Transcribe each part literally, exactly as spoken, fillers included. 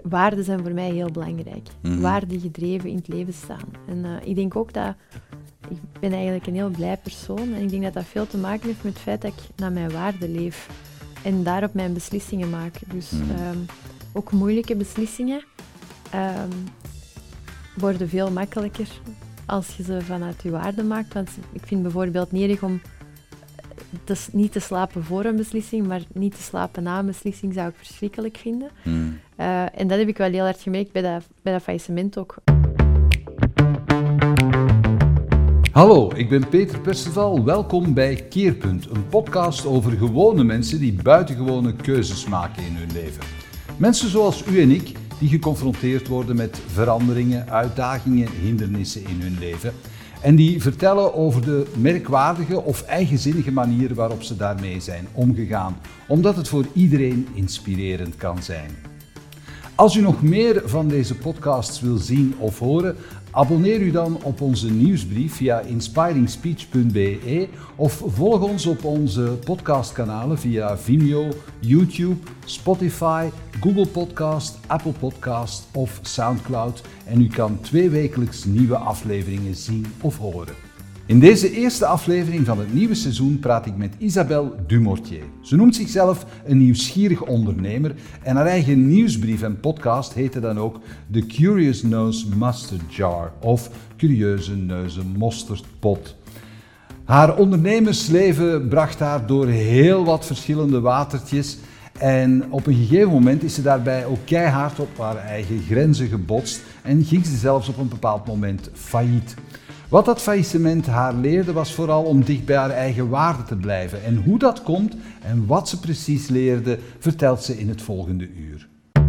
waarden zijn voor mij heel belangrijk. Mm-hmm. Waardegedreven in het leven staan. En uh, ik denk ook dat... Ik ben eigenlijk een heel blij persoon. En ik denk dat dat veel te maken heeft met het feit dat ik naar mijn waarden leef. En daarop mijn beslissingen maak. Dus Mm-hmm. um, ook moeilijke beslissingen um, worden veel makkelijker als je ze vanuit je waarden maakt. Want ik vind bijvoorbeeld niet erg om te, niet te slapen voor een beslissing, maar niet te slapen na een beslissing zou ik verschrikkelijk vinden. Mm. Uh, en dat heb ik wel heel hard gemerkt bij dat, bij dat faillissement ook. Hallo, ik ben Peter Perceval. Welkom bij Keerpunt, een podcast over gewone mensen die buitengewone keuzes maken in hun leven. Mensen zoals u en ik, die geconfronteerd worden met veranderingen, uitdagingen, hindernissen in hun leven. En die vertellen over de merkwaardige of eigenzinnige manier waarop ze daarmee zijn omgegaan, omdat het voor iedereen inspirerend kan zijn. Als u nog meer van deze podcasts wil zien of horen, abonneer u dan op onze nieuwsbrief via inspiring speech punt b e of volg ons op onze podcastkanalen via Vimeo, YouTube, Spotify, Google Podcast, Apple Podcast of Soundcloud en u kan tweewekelijks nieuwe afleveringen zien of horen. In deze eerste aflevering van het nieuwe seizoen praat ik met Isabelle Dumortier. Ze noemt zichzelf een nieuwsgierig ondernemer en haar eigen nieuwsbrief en podcast heette dan ook The Curious Nose Mustard Jar of Curieuze Neuzen Mosterdpot. Haar ondernemersleven bracht haar door heel wat verschillende watertjes en op een gegeven moment is ze daarbij ook keihard op haar eigen grenzen gebotst en ging ze zelfs op een bepaald moment failliet. Wat dat faillissement haar leerde was vooral om dicht bij haar eigen waarden te blijven. En hoe dat komt en wat ze precies leerde, vertelt ze in het volgende uur.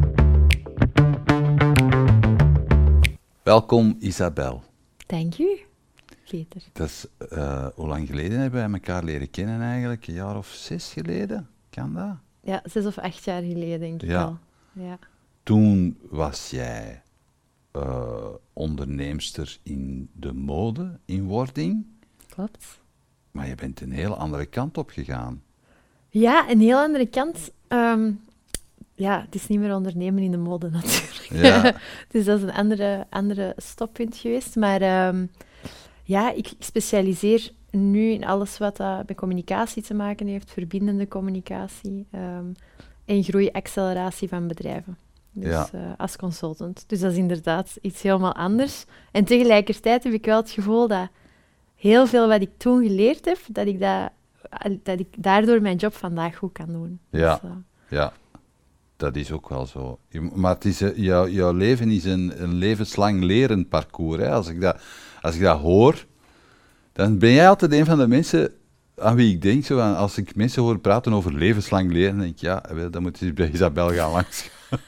Welkom Isabelle. Dank u, Peter. Dat is, uh, hoe lang geleden hebben wij elkaar leren kennen eigenlijk? Een jaar of zes geleden? Kan dat? Ja, zes of acht jaar geleden denk ik ja. wel. Ja. Toen was jij uh, onderneemster in de mode, in wording. Klopt. Maar je bent een heel andere kant op gegaan. Ja, een heel andere kant. Um, ja, het is niet meer ondernemen in de mode natuurlijk. Ja. Dus dat is een andere, andere stoppunt geweest. Maar um, ja, ik specialiseer nu in alles wat uh, met communicatie te maken heeft, verbindende communicatie um, en groeiacceleratie van bedrijven. Dus ja. uh, als consultant. Dus dat is inderdaad iets helemaal anders. En tegelijkertijd heb ik wel het gevoel dat heel veel wat ik toen geleerd heb, dat ik, dat, dat ik daardoor mijn job vandaag goed kan doen. Ja, dus, uh, ja. Dat is ook wel zo. Maar het is, uh, jou, jouw leven is een, een levenslang leren parcours. Hè. Als, ik dat, als ik dat hoor, dan ben jij altijd een van de mensen aan wie ik denk, zo van, als ik mensen hoor praten over levenslang leren, dan denk ik, ja, dan moet je bij Isabelle gaan langs.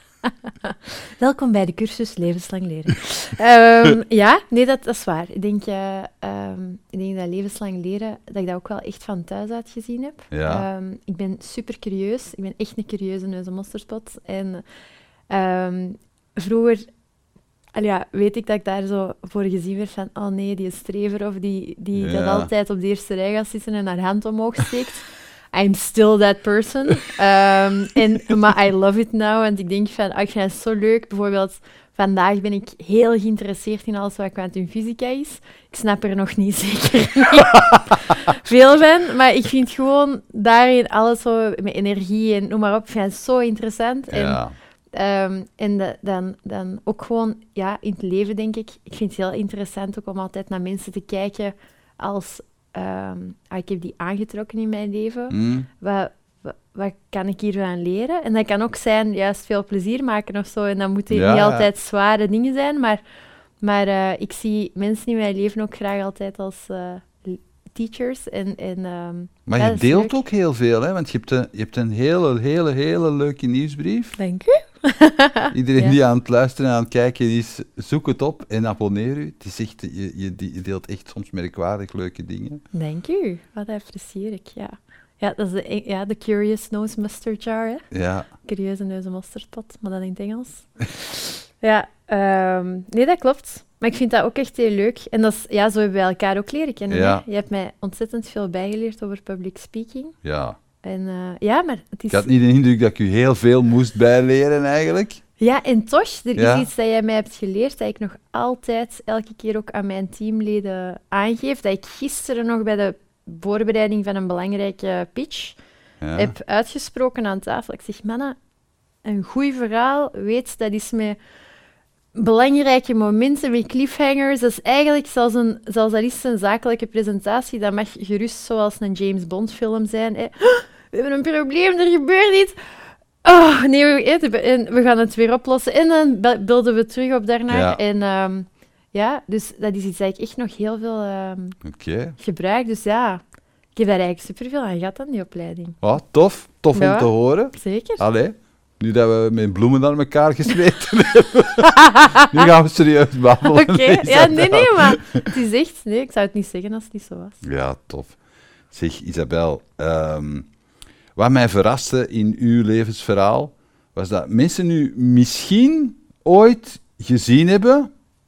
Welkom bij de cursus Levenslang Leren. um, ja, nee, dat, dat is waar. Ik denk, uh, um, ik denk dat levenslang leren, dat ik dat ook wel echt van thuis uit gezien heb. Ja. Um, ik ben super curieus. Ik ben echt een curieuze neuzenmosterdpot. En um, vroeger al ja, weet ik dat ik daar zo voor gezien werd van, oh nee, die strever of die, die ja. dat altijd op de eerste rij gaat zitten en haar hand omhoog steekt. I'm still that person. Um, en, maar I love it now. Want ik denk van, oh, ik vind het zo leuk. Bijvoorbeeld, vandaag ben ik heel geïnteresseerd in alles wat kwantumfysica is. Ik snap er nog niet zeker niet veel van. Maar ik vind gewoon daarin alles zo met energie en noem maar op. Ik vind het zo interessant. Ja. En, um, en de, dan, dan ook gewoon, ja, in het leven denk ik. Ik vind het heel interessant ook om altijd naar mensen te kijken als... Um, ah, ik heb die aangetrokken in mijn leven. Mm. Wat, wat, wat kan ik hiervan leren? En dat kan ook zijn, juist veel plezier maken of zo. En dat moeten ja, niet ja. altijd zware dingen zijn. Maar, maar uh, ik zie mensen in mijn leven ook graag altijd als uh, teachers. En, en, um, maar ja, je deelt leuk. ook heel veel, hè? Want je hebt een, je hebt een hele, hele, hele leuke nieuwsbrief. Dank u. Iedereen ja. die aan het luisteren en aan het kijken is, zoek het op en abonneer u. Het is echt, je, je, je deelt echt soms merkwaardig leuke dingen. Dank u. Wat apprecieer ik, ja. Ja, dat is de, ja, de Curious Nose Mustard Jar, hè. Ja. Curieuze neuzen mosterdpot, maar dan in het Engels. ja, um, nee, dat klopt. Maar ik vind dat ook echt heel leuk. En dat is, ja, zo hebben wij elkaar ook leren kennen. Ja. Hè? Je hebt mij ontzettend veel bijgeleerd over public speaking. Ja. En uh, ja, maar het is... Ik had niet de indruk dat ik u heel veel moest bijleren, eigenlijk. Ja, en toch, er Ja. is iets dat jij mij hebt geleerd, dat ik nog altijd elke keer ook aan mijn teamleden aangeef, dat ik gisteren nog bij de voorbereiding van een belangrijke pitch Ja. heb uitgesproken aan tafel. Ik zeg, mannen, een goed verhaal, weet, dat is met belangrijke momenten, met cliffhangers. Dat is eigenlijk, zelfs, een, zelfs al is het een zakelijke presentatie, dat mag gerust zoals een James Bond film zijn. Hè. We hebben een probleem, er gebeurt iets. Oh, nee, we, en we gaan het weer oplossen. En dan be- beelden we terug op daarna. Ja. En ehm, ja, dus dat is iets dat ik echt nog heel veel ehm, Oké. gebruik. Dus ja, ik heb daar eigenlijk superveel aan gehad aan die opleiding. Oh, tof. Tof Ja. om te horen. Zeker. Allee, nu dat we met bloemen aan elkaar gesmeten hebben. Nu gaan we serieus babbelen. Oké, ja, nee, nee, maar het is echt... Nee, ik zou het niet zeggen als het niet zo was. Ja, tof. Zeg, Isabel, ehm, wat mij verraste in uw levensverhaal, was dat mensen u misschien ooit gezien hebben,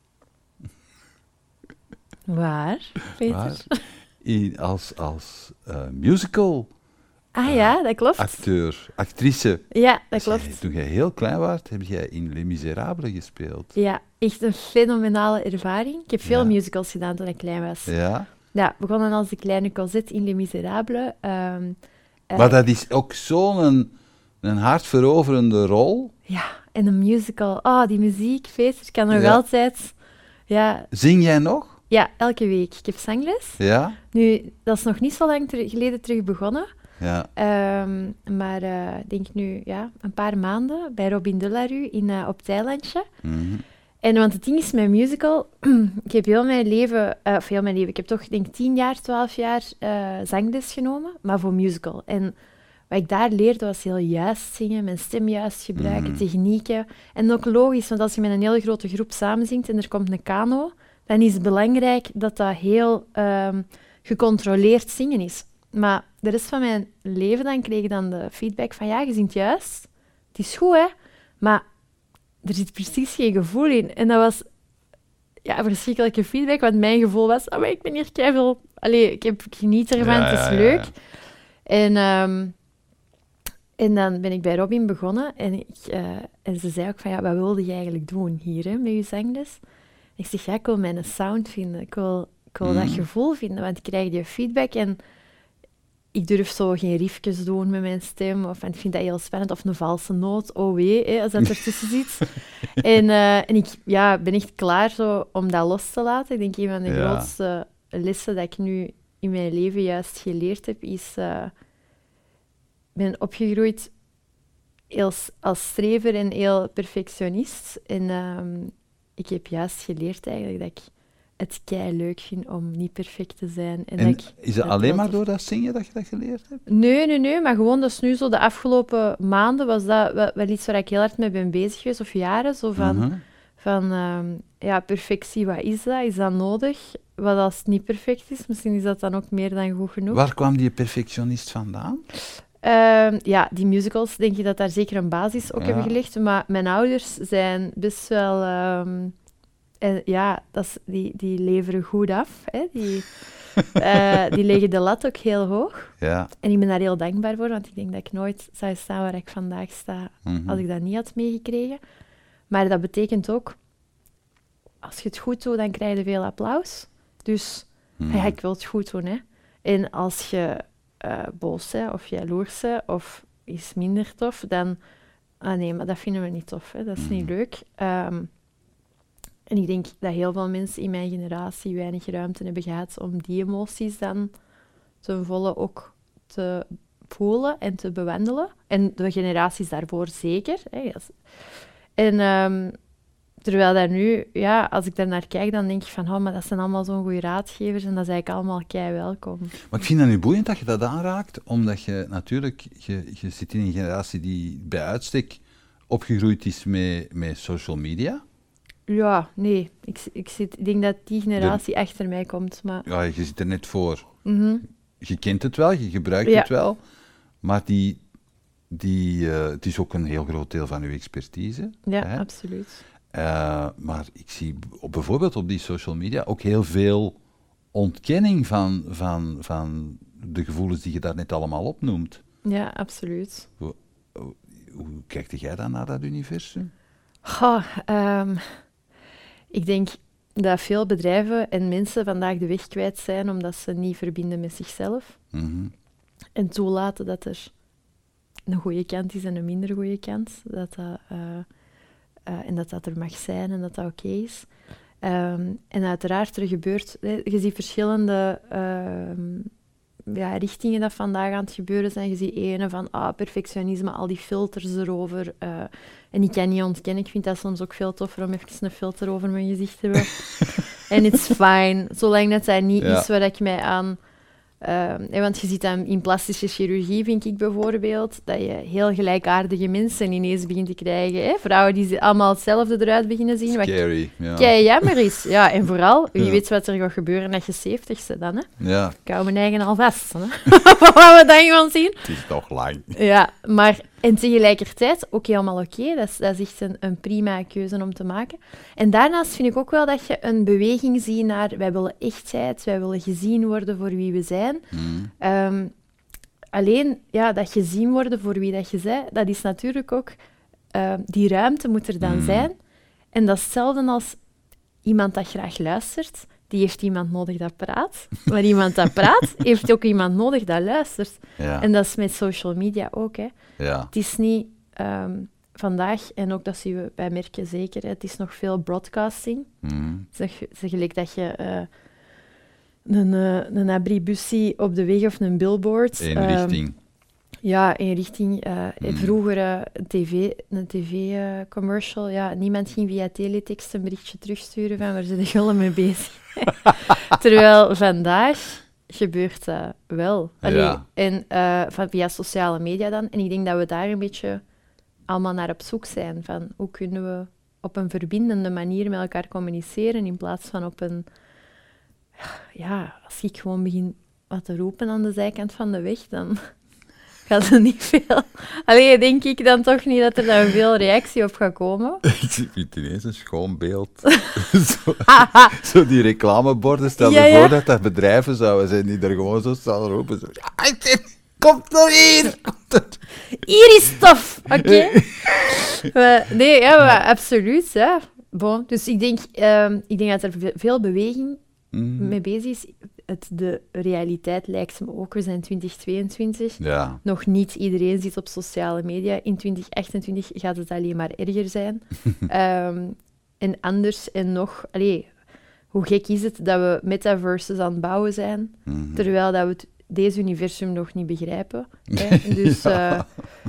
Waar, Peter? waar, in, als, als eh, musical Ah ja, dat klopt. acteur, actrice. Ja, dat Zij- klopt. Toen jij heel klein was, heb jij in Les Miserables gespeeld. Ja, echt een fenomenale ervaring. Ik heb veel Ja. musicals gedaan toen ik klein was. Ja, Ja, begonnen als de kleine Cosette in Les Miserables. Ehm, eh, maar dat is ook zo'n een, een hartveroverende rol. Ja, en een musical. Oh, die muziek, Peter, kan nog Ja. altijd... Ja, Zing jij nog? ja, elke week. Ik heb zangles. Ja? Nu, dat is nog niet zo lang ter- geleden terug begonnen. Ja. Ehm, maar eh, ik denk nu ja, een paar maanden bij Robin Delarue in, eh, op Thailandje. Mhm. En want het ding is met musical, ik heb heel mijn leven, eh, of heel mijn leven, ik heb toch denk tien jaar, twaalf jaar eh, zangles genomen, maar voor musical. En wat ik daar leerde was heel juist zingen, mijn stem juist gebruiken, Mm. technieken. En ook logisch, want als je met een hele grote groep samenzingt en er komt een kano, dan is het belangrijk dat dat heel ehm, gecontroleerd zingen is. Maar de rest van mijn leven dan kreeg ik dan de feedback van ja, je zingt juist, het is goed hè, maar er zit precies geen gevoel in. En dat was ja, verschrikkelijke feedback, want mijn gevoel was, oh, maar ik ben hier keiveel... Allee, ik, heb, ik geniet ervan, Ja, het is ja, ja, leuk. ja. En, ehm, en dan ben ik bij Robin begonnen en, ik, eh, en ze zei ook van, ja, wat wilde je eigenlijk doen hier, hè, met je zangles? Ik zeg, ja, ik wil mijn sound vinden. Ik wil, ik wil dat Mm. gevoel vinden, want ik krijg die feedback en ik durf zo geen riefjes doen met mijn stem, of en ik vind dat heel spannend, of een valse noot, oh wee, hè, als dat ertussen zit. En, eh, en ik ja, ben echt klaar zo om dat los te laten. Ik denk, een van de Ja. grootste lessen dat ik nu in mijn leven juist geleerd heb, is... eh, ik ben opgegroeid heel, s- als strever en heel perfectionist. En ehm, ik heb juist geleerd eigenlijk dat ik het kei leuk vind om niet perfect te zijn. En, En dat ik, is het dat alleen wel maar te- door dat zingen dat je dat geleerd hebt? Nee, nee, nee, maar gewoon, dat is nu zo de afgelopen maanden was dat wel, wel iets waar ik heel hard mee ben bezig geweest, of jaren, zo van, Mhm. van ehm, ja, perfectie, wat is dat? Is dat nodig? Wat als het niet perfect is? Misschien is dat dan ook meer dan goed genoeg. Waar kwam die perfectionist vandaan? Ehm, ja, die musicals, denk je dat daar zeker een basis ook Ja. hebben gelegd. Maar mijn ouders zijn best wel... ehm, en ja, dat is, die, die leveren goed af. Hè? Die, eh, die leggen de lat ook heel hoog. Ja. En ik ben daar heel dankbaar voor, want ik denk dat ik nooit zou staan waar ik vandaag sta Mhm. als ik dat niet had meegekregen. Maar dat betekent ook, als je het goed doet, dan krijg je veel applaus. Dus Mhm. ja, ik wil het goed doen. Hè. En als je eh, boos bent of jaloers bent of is minder tof, dan... Ah nee, maar dat vinden we niet tof. Hè. Dat is niet Mhm. leuk. Ehm, en ik denk dat heel veel mensen in mijn generatie weinig ruimte hebben gehad om die emoties dan ten volle ook te voelen en te bewandelen. En de generaties daarvoor zeker. Hè. Dat is- En ehm, terwijl dat nu, ja, als ik daar naar kijk, dan denk ik van, oh, maar dat zijn allemaal zo'n goede raadgevers en dat is eigenlijk allemaal kei welkom. Maar ik vind het nu boeiend dat je dat aanraakt, omdat je natuurlijk, je, je zit in een generatie die bij uitstek opgegroeid is met, met social media. Ja, nee, ik, ik, zit, ik denk dat die generatie achter mij komt, maar... Ja, je zit er net voor. mhm. Je kent het wel, je gebruikt Ja. het wel, maar die, die, eh, het is ook een heel groot deel van uw expertise. Ja, hè? absoluut. Eh, maar ik zie b- op, bijvoorbeeld op die social media ook heel veel ontkenning van, van, van de gevoelens die je daar net allemaal opnoemt. Ja, absoluut. Hoe, hoe kijkt jij dan naar dat universum? Goh, um, ik denk dat veel bedrijven en mensen vandaag de weg kwijt zijn omdat ze niet verbinden met zichzelf. Mm-hmm. En toelaten dat er een goede kant is en een minder goede kant. Dat dat, uh, uh, en dat dat er mag zijn en dat dat oké okay is. Um, en uiteraard, er gebeurt... Je ziet verschillende uh, ja, richtingen dat vandaag aan het gebeuren zijn. Je ziet ene van ah, perfectionisme, al die filters erover. Uh, en ik kan niet ontkennen, ik vind dat soms ook veel toffer om even een filter over mijn gezicht te hebben. En it's fine, zolang dat dat niet ja. is waar ik mij aan... Uh, want je ziet dan in plastische chirurgie, vind ik bijvoorbeeld, dat je heel gelijkaardige mensen ineens begint te krijgen. Hè? Vrouwen die allemaal hetzelfde eruit beginnen zien. Scary, wat ja. Kei jammer is. Ja, en vooral, wie ja. weet wat er gaat gebeuren als je zeventig bent dan. Hè? Ja. Ik hou mijn eigen al vast. Hè? Wat we dan gewoon zien. Het is nog lang. Ja, maar en tegelijkertijd ook helemaal oké. Okay. Dat, dat is echt een, een prima keuze om te maken. En daarnaast vind ik ook wel dat je een beweging ziet naar wij willen echtheid, wij willen gezien worden voor wie we zijn. Mm. Um, alleen, ja, dat gezien worden voor wie dat je bent, dat is natuurlijk ook... Uh, die ruimte moet er dan mm. zijn. En dat is hetzelfde als iemand dat graag luistert. Die heeft iemand nodig dat praat. Maar iemand dat praat, heeft ook iemand nodig dat luistert. Ja. En dat is met social media ook. Hè. Ja. Het is niet um, vandaag, en ook dat zien we bij merken zeker, hè, het is nog veel broadcasting. Mm. Zeg, zeg gelijk dat je uh, een, uh, een abribussie op de weg of een billboard... Eén um, richting. Ja, in richting... Uh, Mm. Vroeger uh, een tv, een tv-commercial, uh, ja, niemand ging via teletext een berichtje terugsturen van waar ze de gullen mee bezig. Terwijl vandaag gebeurt dat wel. Allee, Ja. En uh, van, via sociale media dan. En ik denk dat we daar een beetje allemaal naar op zoek zijn. Van hoe kunnen we op een verbindende manier met elkaar communiceren in plaats van op een... Ja, als ik gewoon begin wat te roepen aan de zijkant van de weg, dan... gaat er niet veel... Allee, denk ik dan toch niet dat er dan veel reactie op gaat komen. Ik vind ineens een schoon beeld. zo, zo die reclameborden, stel je Ja, ja. voor dat dat bedrijven zouden zijn die er gewoon zo staan roepen. Zo, ja, komt er hier! Komt er. Hier is tof, oké? Okay? Nee, ja, maar absoluut. Ja. Bon, dus ik denk, um, ik denk dat er ve- veel beweging Mm. mee bezig is. Het, de realiteit lijkt me ook. We zijn twintig tweeëntwintig. Ja. Nog niet iedereen zit op sociale media. In twintig achtentwintig gaat het alleen maar erger zijn. um, en anders en nog... Allee, hoe gek is het dat we metaverses aan het bouwen zijn, Mm-hmm. terwijl dat we het, deze universum nog niet begrijpen. Hè? Dus uh,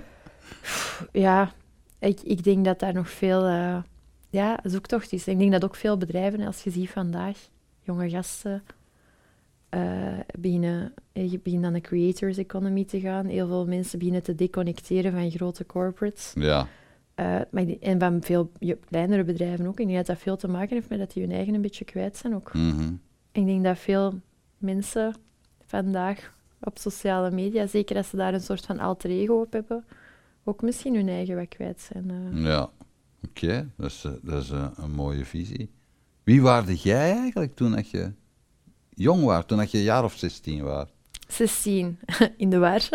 ja, ik, ik denk dat daar nog veel uh, ja, zoektocht is. Ik denk dat ook veel bedrijven, als je ziet vandaag, jonge gasten... Uh, beginnen, je begint aan de creators economy te gaan. Heel veel mensen beginnen te deconnecteren van grote corporates. Ja. Uh, maar die, en van veel kleinere bedrijven ook. Ik denk dat dat veel te maken heeft met dat die hun eigen een beetje kwijt zijn ook. Mm-hmm. Ik denk dat veel mensen vandaag op sociale media, zeker als ze daar een soort van alter ego op hebben, ook misschien hun eigen wat kwijt zijn. Uh. Ja, oké. Okay. Dat is, dat is uh, een mooie visie. Wie waarde jij eigenlijk toen dat je... jong was, toen dat je een jaar of zestien was? zestien, in de war.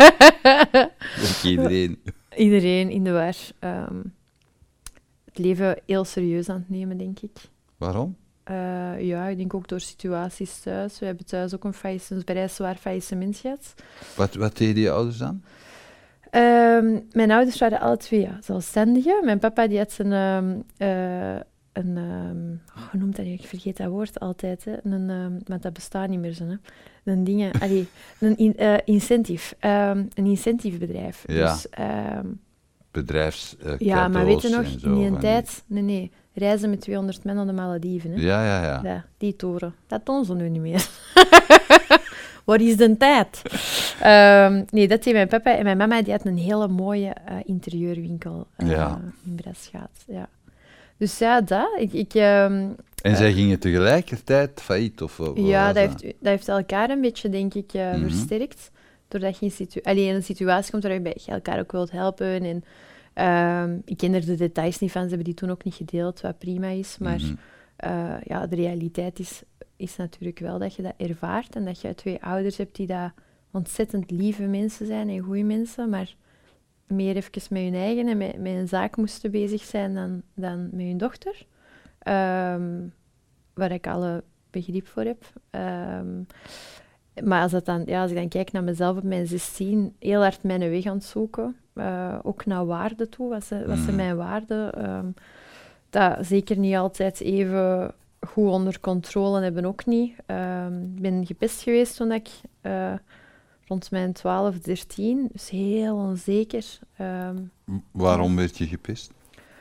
Ook iedereen. Iedereen in de war. Um, het leven heel serieus aan het nemen, denk ik. Waarom? Uh, ja, ik denk ook door situaties thuis. We hebben thuis ook een, faillissement, een vrij zwaar faillissement gehad. Wat, wat deden je ouders dan? Um, mijn ouders waren alle twee ja, zelfstandigen. Mijn papa die had zijn... Um, uh, een, um, oh, hoe noemt dat? Ik vergeet dat woord altijd. Hè. Een, um, want dat bestaat niet meer zo. Hè. Een ding, allee, een in, uh, incentive. Um, een incentiefbedrijf. Ja. Dus, um, Bedrijfs. Uh, ja, maar weet je nog, zo, in die tijd... Nee, nee. Reizen met tweehonderd man naar de Malediven. Hè. Ja, ja, ja, ja. Die toren. Dat doen ze nu niet meer. Wat is de tijd? Um, nee, dat deed mijn papa. En mijn mama die had een hele mooie uh, interieurwinkel uh, ja. in Braschaat. Ja. Dus ja, dat. Ik, ik, um, en uh, zij gingen tegelijkertijd failliet? Of, of ja, dat, dat? Heeft, dat heeft elkaar een beetje, denk ik, uh, mm-hmm. versterkt. Doordat je in, situ- Allee, in een situatie komt waarbij je elkaar ook wilt helpen. En, um, ik ken er de details niet van. Ze hebben die toen ook niet gedeeld, wat prima is. Maar Mm-hmm. uh, ja, de realiteit is, is natuurlijk wel dat je dat ervaart. En dat je twee ouders hebt die dat ontzettend lieve mensen zijn en goede mensen. Maar meer even met hun eigen en met, met een zaak moesten bezig zijn dan, dan met hun dochter. Um, waar ik alle begrip voor heb. Um, maar als, dat dan, ja, als ik dan kijk naar mezelf op mijn zestien, heel hard mijn weg aan het zoeken. Uh, ook naar waarde toe. Wat zijn wat zijn mijn waarden? Um, dat zeker niet altijd even goed onder controle hebben, ook niet. Um, ik ben gepest geweest toen ik uh, rond mijn twaalf, dertien. Dus heel onzeker. Um, Waarom werd je gepest?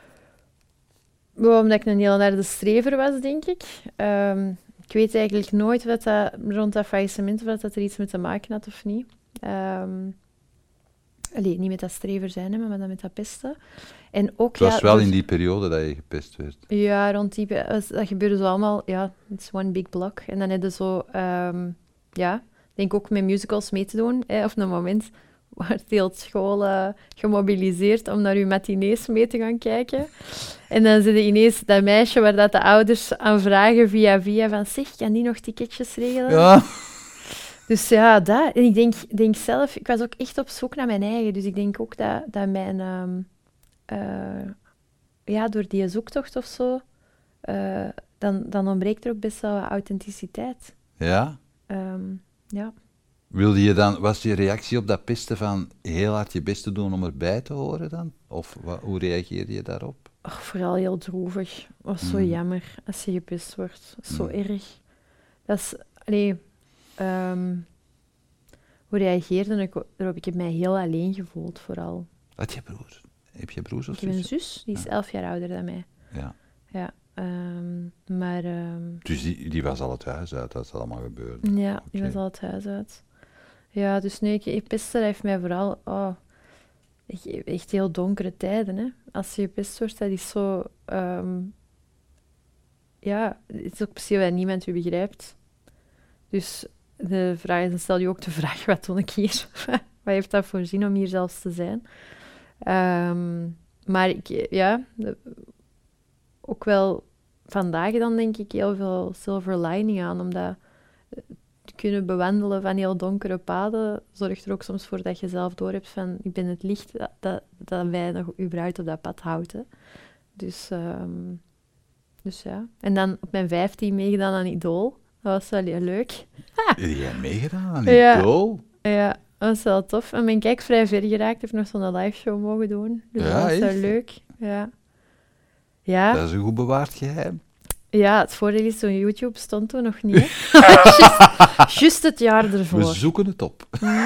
Omdat ik een heel harde strever was, denk ik. Um, ik weet eigenlijk nooit wat dat, rond dat faillissement of dat er iets mee te maken had of niet. Um, allee, niet met dat strever zijn, maar met dat pesten. En ook, het was ja, wel dus, in die periode dat je gepest werd. Ja, rond die... Dat gebeurde zo allemaal... Ja, it's one big block. En dan heb je zo... Um, ja, denk ook met musicals mee te doen. Hè, of een moment wordt heel school uh, gemobiliseerd om naar uw matinees mee te gaan kijken. En dan zit je ineens dat meisje waar dat de ouders aan vragen via via van zeg, kan die nog ticketjes regelen? Ja. Dus ja, dat. En ik denk, denk zelf... Ik was ook echt op zoek naar mijn eigen. Dus ik denk ook dat, dat mijn... Um, uh, ja, door die zoektocht of zo, uh, dan, dan ontbreekt er ook best wel authenticiteit. Ja? Um, ja. Wilde je dan, was je reactie op dat pesten van heel hard je best te doen om erbij te horen dan? Of wat, hoe reageerde je daarop? Oh, vooral heel droevig. Oh, zo mm. jammer als je gepest wordt. Zo mm. erg. Dat is... Allee, um, hoe reageerde ik erop? Ik heb mij heel alleen gevoeld, vooral. Had je broers? Heb je broers of Ik heb een zus, die is ja. elf jaar ouder dan mij. Ja. Ja. Um, maar... Um, dus die, die was al het huis uit, dat is allemaal gebeurd? Ja, okay. die was al het huis uit. Ja, dus nee, ik, ik pesten heeft mij vooral... Oh, echt, echt heel donkere tijden, hè. Als je gepest wordt, dat is zo... Um, ja, het is ook precies wat niemand u begrijpt. Dus de vraag is, dan stel je ook de vraag, wat doe ik hier? Wat heeft dat voor zin om hier zelfs te zijn? Um, maar ik, ja, de, ook wel vandaag dan denk ik heel veel silver lining aan, omdat te kunnen bewandelen van heel donkere paden zorgt er ook soms voor dat je zelf doorhebt van, ik ben het licht dat, dat, dat wij nog überhaupt op dat pad houden. Dus, um, dus ja. En dan op mijn vijftien meegedaan aan Idol. Dat was wel heel leuk. Heb jij meegedaan aan ja. Idol? Ja. Dat was wel tof. En ben ik vrij ver geraakt. Ik heb nog zo'n live show mogen doen. Dus ja, dat was wel leuk. Ja. Ja. Dat is een goed bewaard geheim. Ja, het voordeel is, zo'n YouTube stond toen nog niet. Juist het jaar ervoor. We zoeken het op.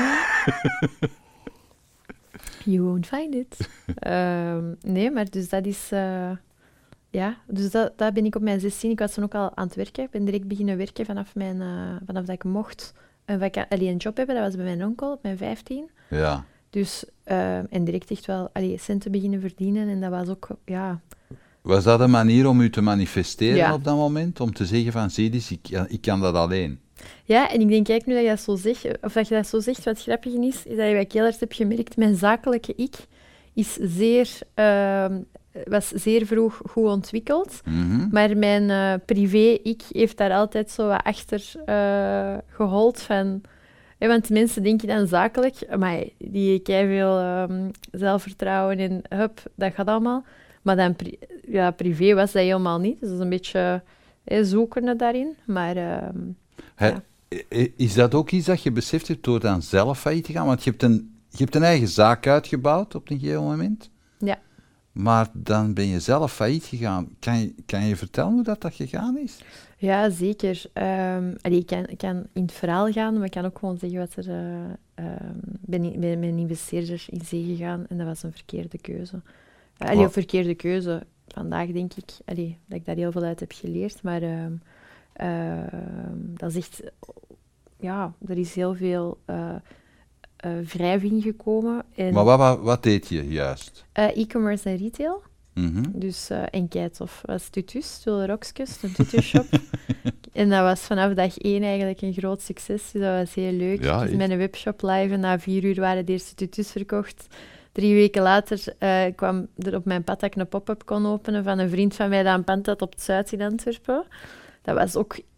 You won't find it. um, nee, maar dus dat is... Uh, ja, dus dat, dat ben ik op mijn zestien. Ik was toen ook al aan het werken. Ik ben direct beginnen werken vanaf, mijn, uh, vanaf dat ik mocht... En ik allee, een job hebben, dat was bij mijn onkel op mijn vijftien. Ja. Dus, uh, en direct echt wel allee, centen beginnen verdienen. En dat was ook, ja... Was dat een manier om u te manifesteren ja. op dat moment? Om te zeggen van, zie eens, ik, ik kan dat alleen. Ja, en ik denk, kijk, nu dat je dat zo zegt, of dat je dat zo zegt, wat grappig is, is dat je bij heel hard hebt gemerkt, mijn zakelijke ik is zeer... Uh, was zeer vroeg goed ontwikkeld. Mm-hmm. Maar mijn uh, privé-ik heeft daar altijd zo wat achter uh, gehold van... Ja, want mensen denken dan zakelijk, maar die keiveel um, zelfvertrouwen en hup, dat gaat allemaal. Maar dan pri- ja, privé was dat helemaal niet. Dus dat is een beetje eh, zoekende daarin. Maar, um, He, ja. Is dat ook iets dat je beseft hebt door dan zelf failliet te gaan? Want je hebt een, je hebt een eigen zaak uitgebouwd op een gegeven moment. Ja. Maar dan ben je zelf failliet gegaan. Kan je, kan je vertellen hoe dat, dat gegaan is? Ja, zeker. Um, allee, ik, kan, ik kan in het verhaal gaan, maar ik kan ook gewoon zeggen wat er... Uh, um, ben in, ben met een investeerder in zee gegaan en dat was een verkeerde keuze. Uh, allee, een verkeerde keuze. Vandaag denk ik allee, dat ik daar heel veel uit heb geleerd, maar um, uh, dat is echt... Ja, er is heel veel... Uh, Uh, wrijving gekomen. En, maar wat, wat, wat deed je juist? Uh, e-commerce en retail. Mm-hmm. Dus, uh, en keitof was tutus, tulle rokskes, een tutushop. En dat was vanaf dag één eigenlijk een groot succes. Dus dat was heel leuk. Ja, ik met een webshop live en na vier uur waren de eerste tutus verkocht. Drie weken later uh, kwam er op mijn pad dat ik een pop-up kon openen van een vriend van mij dat een pand had op het Zuid in Antwerpen. Dat was ook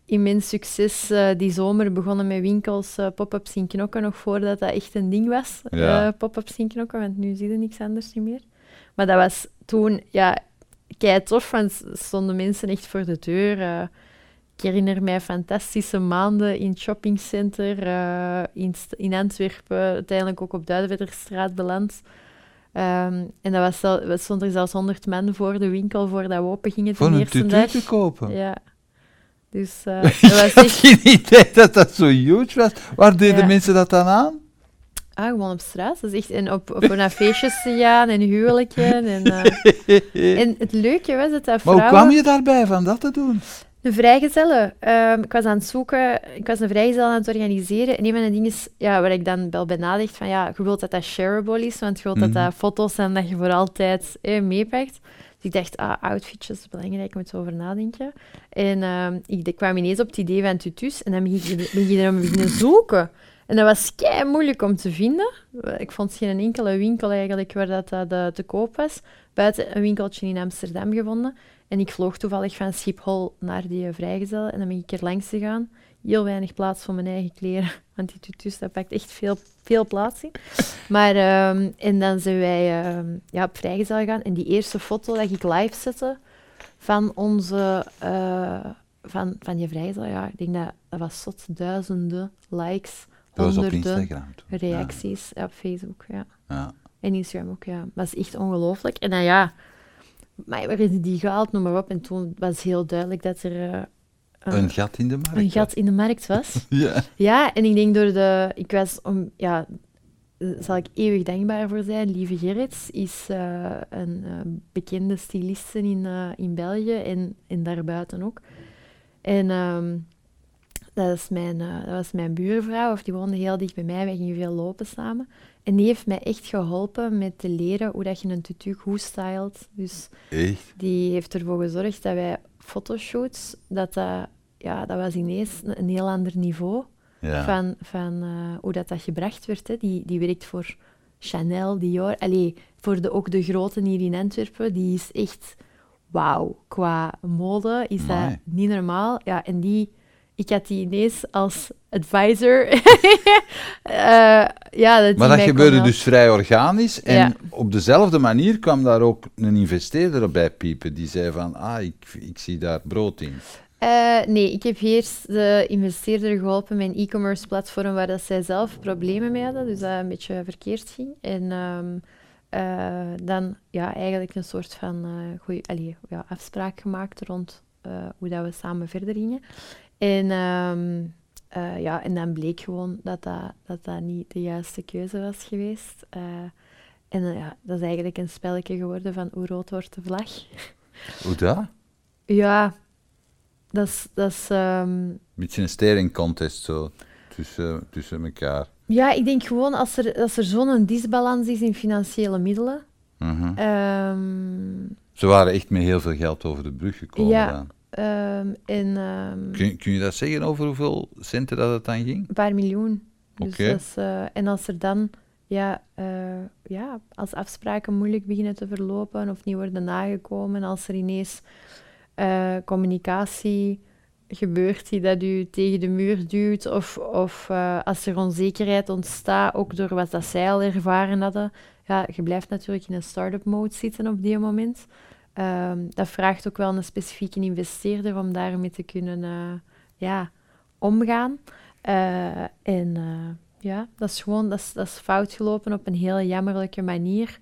immens succes uh, die zomer begonnen met winkels, uh, pop-ups in Knokke, nog voordat dat echt een ding was, Ja. uh, pop-ups in Knokke, want nu zie je niks anders niet meer. Maar dat was toen, ja, kei tof, want stonden mensen echt voor de deur. Uh, ik herinner mij fantastische maanden in het shoppingcenter, uh, in, in Antwerpen, uiteindelijk ook op Duivenwetterstraat beland. Um, en dat was zel- we stond er zelfs honderd man voor de winkel voordat we open gingen Voor de een eerste tutu dag. te kopen. Ja. Dus uh, dat was Ik had echt... geen idee dat dat zo huge was. Waar deden Ja. mensen dat dan aan? Ah, gewoon op straat. Dat is echt... En op, op naar feestjes te gaan en huwelijken. En, uh, en het leuke was dat dat Maar vrouwen... hoe kwam je daarbij van dat te doen? Een vrijgezelle. Um, ik was aan het zoeken, ik was een vrijgezelle aan het organiseren. En een van de dingen is, ja, waar ik dan wel bij nadacht, van ja, je wilt dat dat shareable is, want je wilt Mhm. dat dat foto's zijn dat je voor altijd eh, meepakt. Dus ik dacht, ah, outfitjes is belangrijk, ik moet over nadenken. En um, ik, ik kwam ineens op het idee van tutus en dan ben ik, ben ik erom beginnen zoeken. En dat was kei moeilijk om te vinden. Ik vond geen enkele winkel eigenlijk waar dat, dat uh, te koop was. Buiten een winkeltje in Amsterdam gevonden. En ik vloog toevallig van Schiphol naar die uh, vrijgezel. En dan ben ik er langs gegaan. Heel weinig plaats voor mijn eigen kleren. Want die tutus, dat pakt echt veel, veel plaats in. Maar, um, en dan zijn wij um, ja, op vrijgezel gegaan. En die eerste foto dat ik live zette van onze... Uh, van, van die vrijgezel, ja, ik denk dat dat was zot. Duizenden likes. Dat was op Honderden Instagram toen. reacties ja. op Facebook, ja. Ja. En Instagram ook, ja. Dat is echt ongelooflijk. En dan ja, maar waar is die gehaald, noem maar op. En toen was heel duidelijk dat er uh, een, een gat in de markt een gat in de markt was. Ja. Ja, en ik denk door de... Ik was om... Ja, daar zal ik eeuwig dankbaar voor zijn. Lieve Gerrits is uh, een uh, bekende styliste in, uh, in België en, en daarbuiten ook. En... Um, Dat, is mijn, uh, dat was mijn buurvrouw, of die woonde heel dicht bij mij. Wij gingen veel lopen samen. En die heeft mij echt geholpen met te leren hoe dat je een tutu goed stylt. Dus Echt? die heeft ervoor gezorgd dat wij fotoshoots, dat, dat, ja, dat was ineens een, een heel ander niveau Ja. van, van uh, hoe dat, dat gebracht werd. Hè. Die, die werkt voor Chanel, Dior. Allee, voor de, ook de grote hier in Antwerpen. Die is echt wauw. Qua mode is Amai. dat niet normaal. Ja, en die... Ik had die ineens als advisor. uh, ja, dat die Maar dat mij kon gebeurde helpen. dus vrij organisch. En Ja. op dezelfde manier kwam daar ook een investeerder bij piepen. Die zei van, ah, ik, ik zie daar brood in. Uh, nee, ik heb eerst de investeerder geholpen met een e-commerce platform waar dat zij zelf problemen mee hadden. Dus dat een beetje verkeerd ging. En um, uh, dan ja, eigenlijk een soort van uh, goeie, allee, ja, afspraak gemaakt rond uh, hoe dat we samen verder gingen. En, um, uh, ja, en dan bleek gewoon dat dat, dat dat niet de juiste keuze was geweest. Uh, en uh, ja, dat is eigenlijk een spelletje geworden van hoe rood wordt de vlag. Hoe dat? Ja, dat is... Dat is um... Een beetje een staring contest zo, tussen, tussen elkaar. Ja, ik denk gewoon als er, als er zo'n disbalans is in financiële middelen... Uh-huh. Um... Ze waren echt met heel veel geld over de brug gekomen Ja. dan. Um, en, um, Kun, kun je dat zeggen over hoeveel centen dat het dan ging? Een paar miljoen. Dus Oké. dat is, uh, en als er dan, ja, uh, ja, als afspraken moeilijk beginnen te verlopen of niet worden nagekomen, als er ineens uh, communicatie gebeurt die dat u tegen de muur duwt, of, of uh, als er onzekerheid ontstaat, ook door wat dat zij al ervaren hadden, ja, je blijft natuurlijk in een start-up mode zitten op die moment. Um, dat vraagt ook wel een specifieke investeerder om daarmee te kunnen uh, ja, omgaan. Uh, en uh, ja, dat is gewoon dat is, dat is fout gelopen op een heel jammerlijke manier.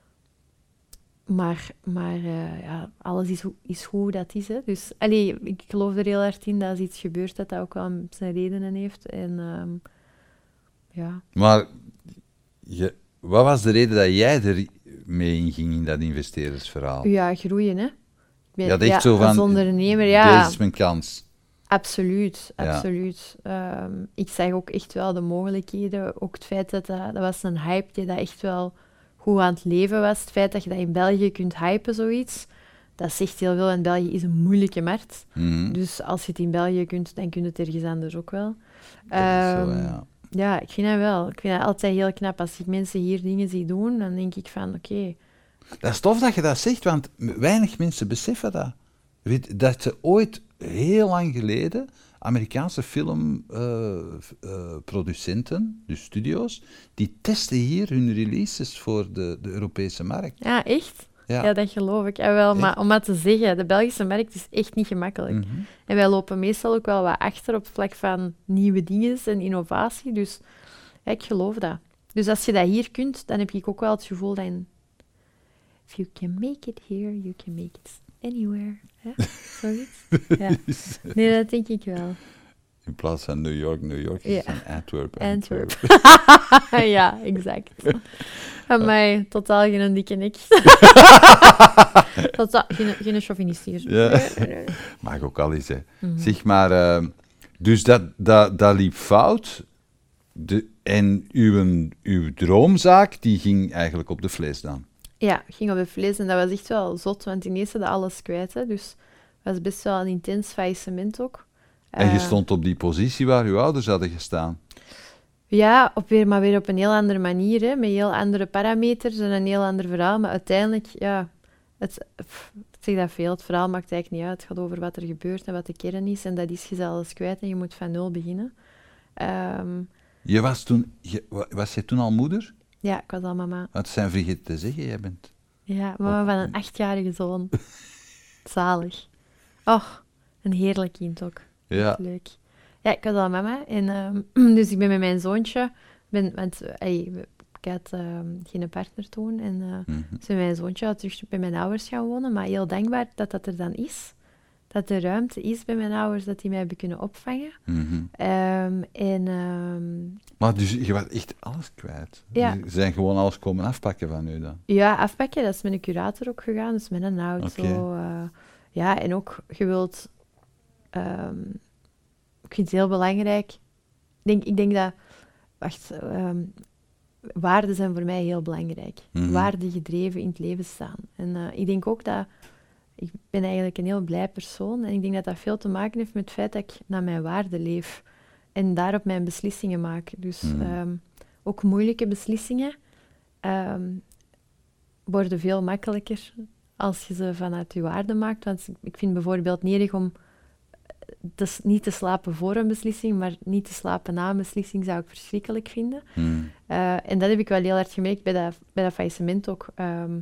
Maar, maar uh, ja, alles is, is goed dat is. Hè. Dus allee, ik geloof er heel hard in dat als iets gebeurt, dat dat ook wel zijn redenen heeft. En, um, ja. Maar je, wat was de reden dat jij ermee inging in dat investeerdersverhaal? Ja, groeien, hè. Ik ben, Ja, dat echt ja, zo van, als ondernemer, ja. Deze is mijn kans. Absoluut, Ja. absoluut. Um, ik zag ook echt wel de mogelijkheden. Ook het feit dat dat, dat was een hype die dat echt wel goed aan het leven was. Het feit dat je dat in België kunt hypen, zoiets, dat zegt heel veel. En België is een moeilijke markt. Mhm. Dus als je het in België kunt, dan kun je het ergens anders ook wel. Dat is zo, Um, ja. Ja, ik vind dat wel. Ik vind dat altijd heel knap. Als ik mensen hier dingen zie doen, dan denk ik van, oké... Okay. Dat is tof dat je dat zegt, want weinig mensen beseffen dat. Weet, dat ze ooit, heel lang geleden, Amerikaanse filmproducenten, uh, uh, dus studio's, die testen hier hun releases voor de, de Europese markt. Ja, echt? Ja, Ja, dat geloof ik. En wel, Echt? maar om maar te zeggen, de Belgische markt is echt niet gemakkelijk. Mm-hmm. En wij lopen meestal ook wel wat achter op het vlak van nieuwe dingen en innovatie. Dus ja, ik geloof dat. Dus als je dat hier kunt, dan heb ik ook wel het gevoel dat... In, if you can make it here, you can make it anywhere. Ja, zoiets. Ja. Nee, dat denk ik wel. In plaats van New York, New York is Ja. het dan Antwerp. Antwerp. Ja, exact. Van mij totaal geen dikke nek. Totaal, geen, geen chauvinist hier. Ja. Nee, nee, nee. Mag ook al eens, hè. Mhm. Zeg maar, uh, dus dat, dat, dat liep fout. De, en uw, uw droomzaak, die ging eigenlijk op de vlees dan. Ja, ging op de vlees en dat was echt wel zot, want in eerste hadden alles kwijt. Hè, dus het was best wel een intens faillissement ook. En je Eh, stond op die positie waar uw ouders hadden gestaan. Ja, op weer, maar weer op een heel andere manier, hè, met heel andere parameters en een heel ander verhaal. Maar uiteindelijk, ja, het, pff, ik zeg dat veel, het verhaal maakt eigenlijk niet uit. Het gaat over wat er gebeurt en wat de kern is. En dat is je alles kwijt en je moet van nul beginnen. Ehm, Je was toen, je, wa- was je toen al moeder? ja, ik was al mama. Want het zijn vergeten te zeggen, jij bent... Ja, mama van een achtjarige zoon. Zalig. Och, een heerlijk kind ook. Ja, Leuk. Ja, ik was al mama. En, ehm, dus ik ben met mijn zoontje... Ben, want eh, ey, ik had ehm, geen partner toen. En uh, mhm. dus met mijn zoontje had terug bij mijn ouders gaan wonen. Maar heel dankbaar dat dat er dan is. Dat er ruimte is bij mijn ouders, dat die mij hebben kunnen opvangen. Mhm. Ehm, en ehm, Maar dus je was echt alles kwijt. Ja. Ze zijn gewoon alles komen afpakken van u dan. ja, afpakken, dat is met een curator ook gegaan. Dus met een auto. Oké. eh, ja, en ook, je wilt... ehm, ik vind het heel belangrijk. Ik denk, ik denk dat... Wacht, ehm, waarden zijn voor mij heel belangrijk. Mhm. Waarden gedreven in het leven staan. En eh, ik denk ook dat... Ik ben eigenlijk een heel blij persoon. En ik denk dat dat veel te maken heeft met het feit dat ik naar mijn waarden leef. En daarop mijn beslissingen maak. Dus Mhm. ehm, ook moeilijke beslissingen ehm, worden veel makkelijker als je ze vanuit je waarden maakt. Want ik vind bijvoorbeeld niet erg om te s- niet te slapen voor een beslissing, maar niet te slapen na een beslissing zou ik verschrikkelijk vinden. Mhm. Uh, en dat heb ik wel heel hard gemerkt bij dat, bij dat faillissement ook. Um,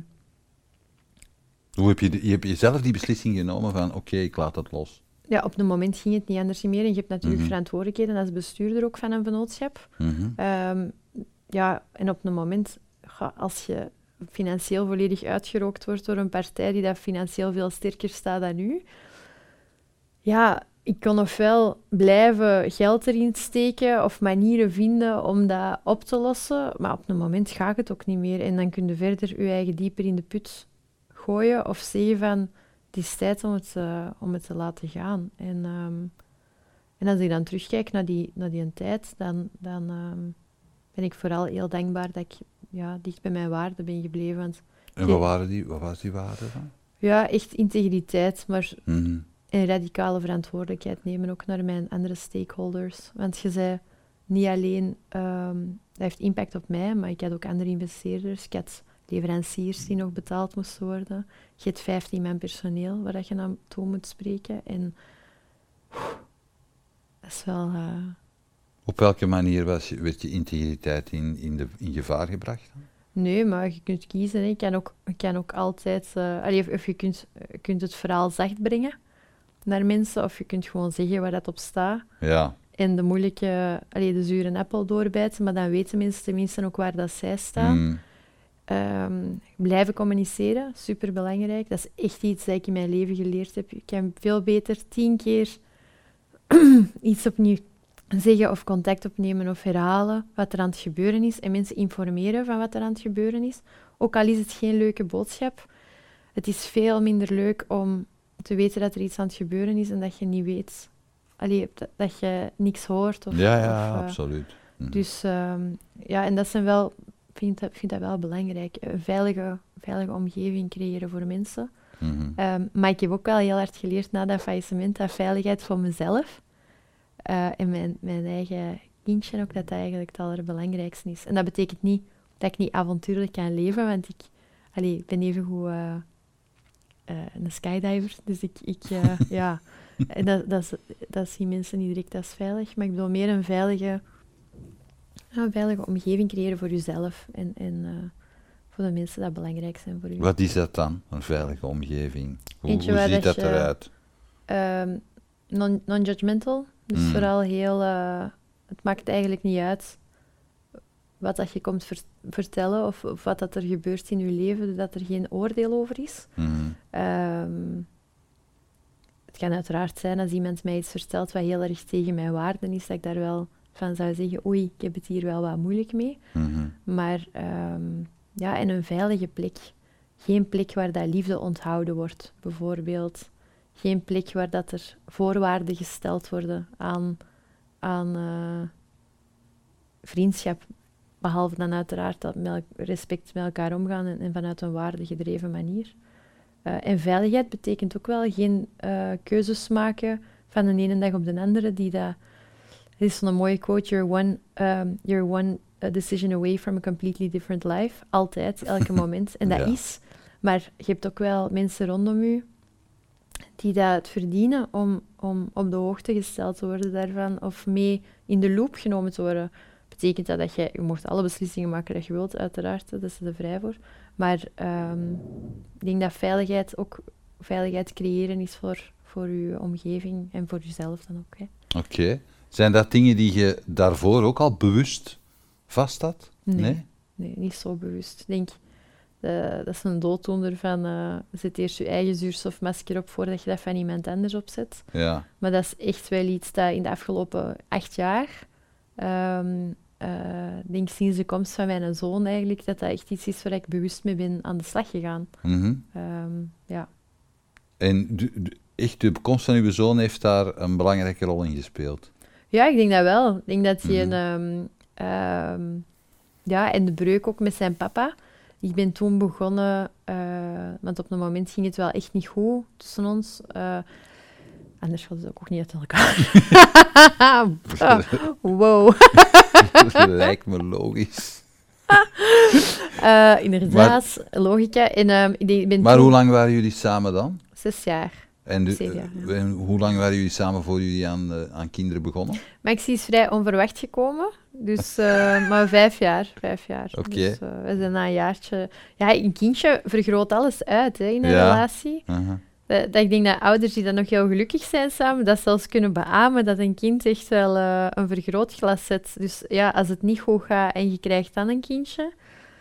Hoe heb je, de, je hebt jezelf die beslissing genomen van, oké, ik laat het los. ja, op een moment ging het niet anders meer. En je hebt natuurlijk Mhm. verantwoordelijkheden als bestuurder ook van een vennootschap. Mhm. Um, ja, en op een moment, ga, als je financieel volledig uitgerookt wordt door een partij die dat financieel veel sterker staat dan u, ja, ik kon ofwel blijven geld erin steken of manieren vinden om dat op te lossen, maar op een moment gaat het ook niet meer. En dan kun je verder je eigen dieper in de put gooien of zeggen van, het is tijd om het, uh, om het te laten gaan. En, um, en als ik dan terugkijk naar die, naar die tijd, dan, dan um, ben ik vooral heel dankbaar dat ik ja, dicht bij mijn waarden ben gebleven. Want, En wat, waren die, wat was die waarde dan? ja, echt integriteit, maar... Mhm. En radicale verantwoordelijkheid nemen ook naar mijn andere stakeholders. Want je zei niet alleen, um, dat heeft impact op mij, maar ik had ook andere investeerders. Ik had leveranciers die nog betaald moesten worden. Je hebt vijftien man personeel waar dat je naar toe moet spreken. En oef, dat is wel... Uh... Op welke manier was, je- werd je integriteit in, in, de, in gevaar gebracht? Nee, maar je kunt kiezen. Hè. Je kan ook, je kan ook altijd... Uh, allee, of, of je kunt, je kunt het verhaal zacht brengen naar mensen, of je kunt gewoon zeggen waar dat op staat. Ja. En de moeilijke, allee, de zure appel doorbijten, maar dan weten mensen tenminste ook waar dat zij staan. Mhm. Um, blijven communiceren, superbelangrijk. Dat is echt iets dat ik in mijn leven geleerd heb. Ik kan veel beter tien keer iets opnieuw zeggen of contact opnemen of herhalen wat er aan het gebeuren is en mensen informeren van wat er aan het gebeuren is. Ook al is het geen leuke boodschap, het is veel minder leuk om te weten dat er iets aan het gebeuren is en dat je niet weet. Allee, dat, dat je niks hoort. Of, Ja, ja, of, uh, absoluut. Mhm. Dus um, ja, en dat zijn wel, ik vind dat, vind dat wel belangrijk. Een veilige, veilige omgeving creëren voor mensen. Mhm. Um, maar ik heb ook wel heel hard geleerd na dat faillissement, dat veiligheid voor mezelf uh, en mijn, mijn eigen kindje ook, dat dat eigenlijk het allerbelangrijkste is. En dat betekent niet dat ik niet avontuurlijk kan leven, want ik, allee, ik ben evengoed uh, uh, een skydiver, dus ik, ik uh, ja, En dat, dat, is, dat zien mensen niet direct als veilig, maar ik bedoel meer een veilige, een veilige omgeving creëren voor jezelf en, en uh, voor de mensen die belangrijk zijn voor je. Wat is dat dan, een veilige omgeving? Hoe, Eentje hoe waar ziet dat dat je- eruit? Um, non, non-judgmental, dus Mm. vooral heel... Uh, het maakt eigenlijk niet uit wat dat je komt ver- vertellen of, of wat dat er gebeurt in je leven, dat er geen oordeel over is. Mhm. Um, het kan uiteraard zijn als iemand mij iets vertelt wat heel erg tegen mijn waarden is, dat ik daar wel van zou zeggen, oei, ik heb het hier wel wat moeilijk mee. Mhm. Maar um, ja, in een veilige plek. Geen plek waar dat liefde onthouden wordt, bijvoorbeeld. Geen plek waar dat er voorwaarden gesteld worden aan, aan uh, vriendschap. Behalve dan uiteraard dat met respect met elkaar omgaan en, en vanuit een waardegedreven manier. Uh, en veiligheid betekent ook wel geen uh, keuzes maken van de ene dag op de andere. Die dat, er is zo'n mooie quote, you're one, um, you're one uh, decision away from a completely different life. Altijd, elke moment. En dat Ja. is. Maar je hebt ook wel mensen rondom je die dat het verdienen om, om op de hoogte gesteld te worden daarvan of mee in de loop genomen te worden. Betekent dat dat je, je mocht alle beslissingen maken dat je wilt, uiteraard, daar is er vrij voor. Maar um, ik denk dat veiligheid ook veiligheid creëren is voor, voor je omgeving en voor jezelf dan ook. Hè. Oké. Okay. Zijn dat dingen die je daarvoor ook al bewust vast had? Nee, Nee, nee niet zo bewust. Ik denk, de, dat is een dooddoener van uh, zet eerst je eigen zuurstofmasker op voordat je dat van iemand anders opzet. Ja. Maar dat is echt wel iets dat in de afgelopen acht jaar, um, uh, denk sinds de komst van mijn zoon eigenlijk, dat dat echt iets is waar ik bewust mee ben aan de slag gegaan. Mm-hmm. Um, ja. En de, de, echt de komst van uw zoon heeft daar een belangrijke rol in gespeeld? Ja, ik denk dat wel. Ik denk dat hij Mm-hmm. een... Um, um, ja, en de breuk ook met zijn papa. Ik ben toen begonnen, uh, want op een moment ging het wel echt niet goed tussen ons. Uh, anders gaat het ook niet uit elkaar. Wow. Dat lijkt me logisch. uh, inderdaad, maar, logica. En, um, ik ben maar toen... hoe lang waren jullie samen dan? Zes jaar. En, de, Zeker, ja. en hoe lang waren jullie samen voor jullie aan, uh, aan kinderen begonnen? Maxi is vrij onverwacht gekomen. Dus, uh, maar vijf jaar. Vijf jaar. Oké. Okay. Dus, uh, we zijn na een jaartje... Ja, een kindje vergroot alles uit hè, in een ja. relatie. Uh-huh. Dat, dat ik denk dat ouders die dan nog heel gelukkig zijn samen, dat zelfs kunnen beamen dat een kind echt wel uh, een vergrootglas zet. Dus ja, als het niet goed gaat en je krijgt dan een kindje,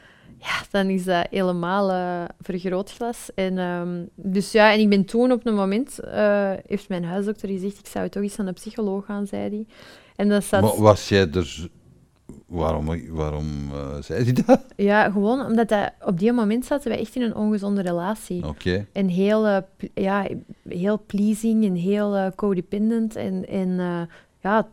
ja, dan is dat helemaal uh, vergrootglas. En, um, dus ja, en ik ben toen op een moment, uh, heeft mijn huisdokter gezegd, ik zou toch eens aan een psycholoog gaan, zei hij. En dat zat... Maar was jij er... Waarom, waarom uh, zei hij dat? Ja, gewoon omdat dat, op die moment zaten wij echt in een ongezonde relatie. Oké. Okay. En heel, uh, p- ja, heel pleasing en heel uh, codependent en, en uh, ja...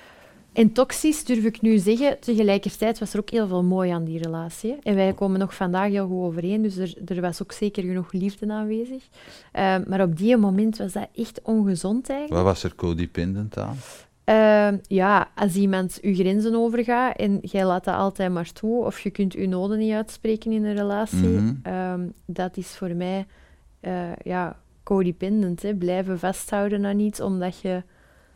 En toxisch, durf ik nu zeggen. Tegelijkertijd was er ook heel veel mooi aan die relatie. Hè. En wij komen nog vandaag heel goed overeen, dus er, er was ook zeker genoeg liefde aanwezig. Uh, maar op die moment was dat echt ongezond eigenlijk. Wat was er codependent aan? Uh, ja, als iemand uw grenzen overgaat en jij laat dat altijd maar toe, of je kunt je noden niet uitspreken in een relatie, mm-hmm. um, dat is voor mij uh, ja, codependent. Hè. Blijven vasthouden aan iets, omdat je...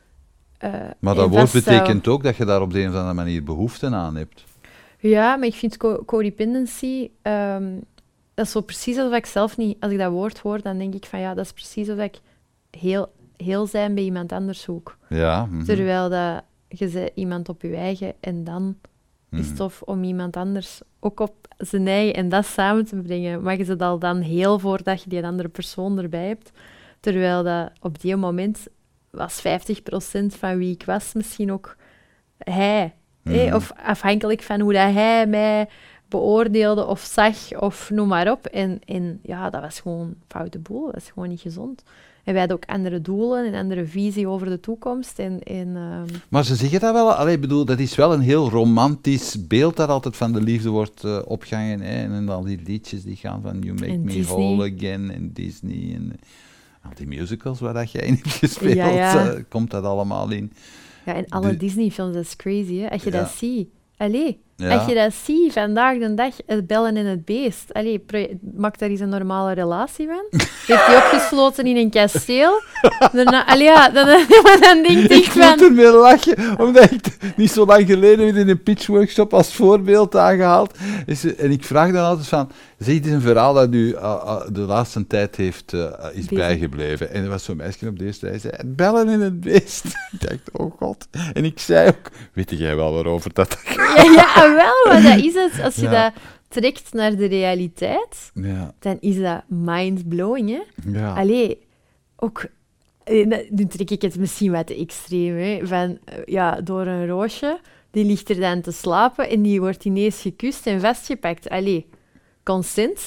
Uh, maar dat woord betekent ook dat je daar op de een of andere manier behoefte aan hebt. Ja, maar ik vind co- codependency... Um, dat is zo precies alsof ik zelf niet... Als ik dat woord hoor, dan denk ik van ja, dat is precies alsof ik heel... heel zijn bij iemand anders zoek. Ja, mm-hmm. Terwijl dat, je bent iemand op je eigen en dan mm-hmm. is het tof om iemand anders ook op zijn eigen en dat samen te brengen. Maar je zit al dan heel voordat je die andere persoon erbij hebt. Terwijl dat op die moment was vijftig procent van wie ik was misschien ook hij. Mm-hmm. Hey? Of afhankelijk van hoe dat hij mij beoordeelde of zag of noem maar op. En, en ja, dat was gewoon foute boel. Dat was gewoon niet gezond. En wij hadden ook andere doelen en andere visie over de toekomst. En, en, uh... Maar ze zeggen dat wel... Allee, bedoel, dat is wel een heel romantisch beeld dat altijd van de liefde wordt uh, opgehangen. Hè? En, en al die liedjes die gaan van You Make en Me Disney. Whole Again en Disney. En al die musicals waar dat jij in hebt gespeeld, ja, ja. Uh, komt dat allemaal in. Ja, en alle de... Disney-films, dat is crazy, hè. Als je ja. dat ziet. Allee, Ja. Als je dat ziet, vandaag de dag, het bellen en het beest. Allee, pro- maak daar eens een normale relatie van. Heeft die opgesloten in een kasteel. Daarna, allee, ja, dan, dan denk ik Ik moet van... ermee lachen, omdat ik t- niet zo lang geleden weer in een pitchworkshop als voorbeeld aangehaald. Is, en ik vraag dan altijd van, zeg, het is een verhaal dat u uh, uh, de laatste tijd heeft, uh, is Bezig. bijgebleven. En er was zo'n meisje op de eerste rij, zei, het bellen in het beest. Ik dacht, oh god. En ik zei ook, weet jij wel waarover dat gaat? Ja, ja, wel, maar dat is het. Als je Ja. dat trekt naar de realiteit, Ja, dan is dat mind-blowing, hè. ja. Allee, ook... eh, dat- Nu trek ik het misschien wat te extreem, hè. Van, eh, ja, door een roosje, die ligt er dan te slapen en die wordt ineens gekust en vastgepakt. Allee, consent?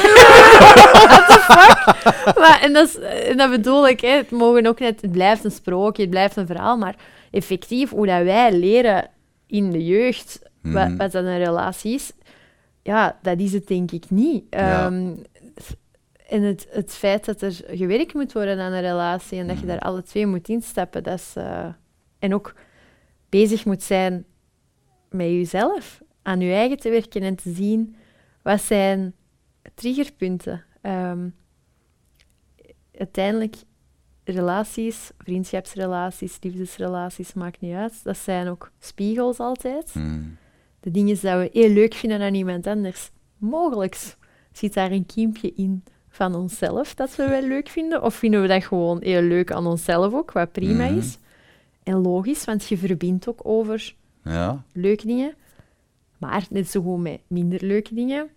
What the fuck? Maar, en, dat is, en dat bedoel ik, hè. Het, mogen ook net, het blijft een sprookje, het blijft een verhaal, maar effectief, hoe dat wij leren in de jeugd, wat, Mhm. wat dat een relatie is, ja, dat is het denk ik niet. Ja. Ehm, en het, het feit dat er gewerkt moet worden aan een relatie en dat je Mhm. daar alle twee moet instappen, dat is... eh, en ook bezig moet zijn met jezelf, aan je eigen te werken en te zien wat zijn triggerpunten. Ehm, uiteindelijk, relaties, vriendschapsrelaties, liefdesrelaties, maakt niet uit. Dat zijn ook spiegels altijd. Mm. De dingen die we heel leuk vinden aan iemand anders. Mogelijks zit daar een kiempje in van onszelf dat we wel leuk vinden. Of vinden we dat gewoon heel leuk aan onszelf ook, wat prima Mhm. is. En logisch, want je verbindt ook over Ja, leuke dingen. Maar net zo goed met minder leuke dingen,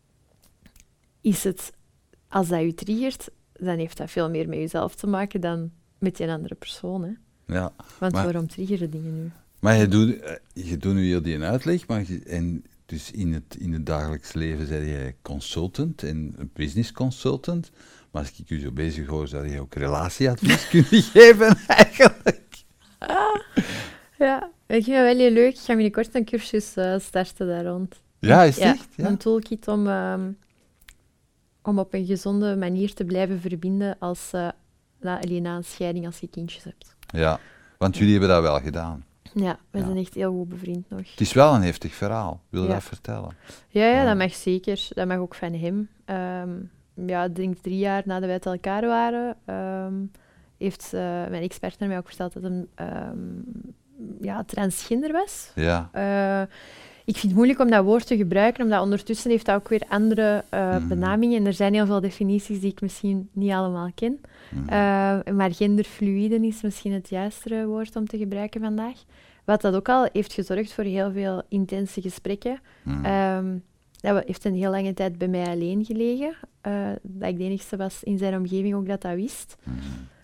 is het, als dat je triggert, dan heeft dat veel meer met jezelf te maken dan met die andere persoon. Hè? ja. Want Maar- waarom triggeren dingen nu? Maar je doet, eh, je doet nu heel die uitleg, maar je- en dus in het, in het dagelijks leven ben jij consultant en een business consultant. Maar als ik je zo bezig hoor, zou je ook relatieadvies kunnen geven eigenlijk. Ja, ik vind het wel heel leuk. Ik ga binnenkort een cursus eh, starten daar rond. Ja, is het echt? Ja. Een toolkit om, ehm, om op een gezonde manier te blijven verbinden als, uh, na, allee, na een scheiding als je kindjes hebt. Ja, want jullie hebben dat wel gedaan. Ja, we Ja. zijn echt heel goed bevriend nog. Het is wel een heftig verhaal, wil je Ja. dat vertellen? Ja, ja, Ja. dat mag zeker. Dat mag ook van hem. Ehm, ja, ik denk drie jaar nadat wij uit elkaar waren, ehm, heeft eh, mijn ex-partner mij ook verteld dat hij ehm, ja, transgender was. Ja. Eh, ik vind het moeilijk om dat woord te gebruiken, omdat ondertussen heeft dat ook weer andere eh, Mhm. benamingen. En er zijn heel veel definities die ik misschien niet allemaal ken. Mhm. Eh, maar genderfluïde is misschien het juiste woord om te gebruiken vandaag. Wat dat ook al heeft gezorgd voor heel veel intense gesprekken. Mhm. Ehm, dat heeft een heel lange tijd bij mij alleen gelegen. eh, dat ik de enigste was in zijn omgeving ook dat dat wist. Mhm.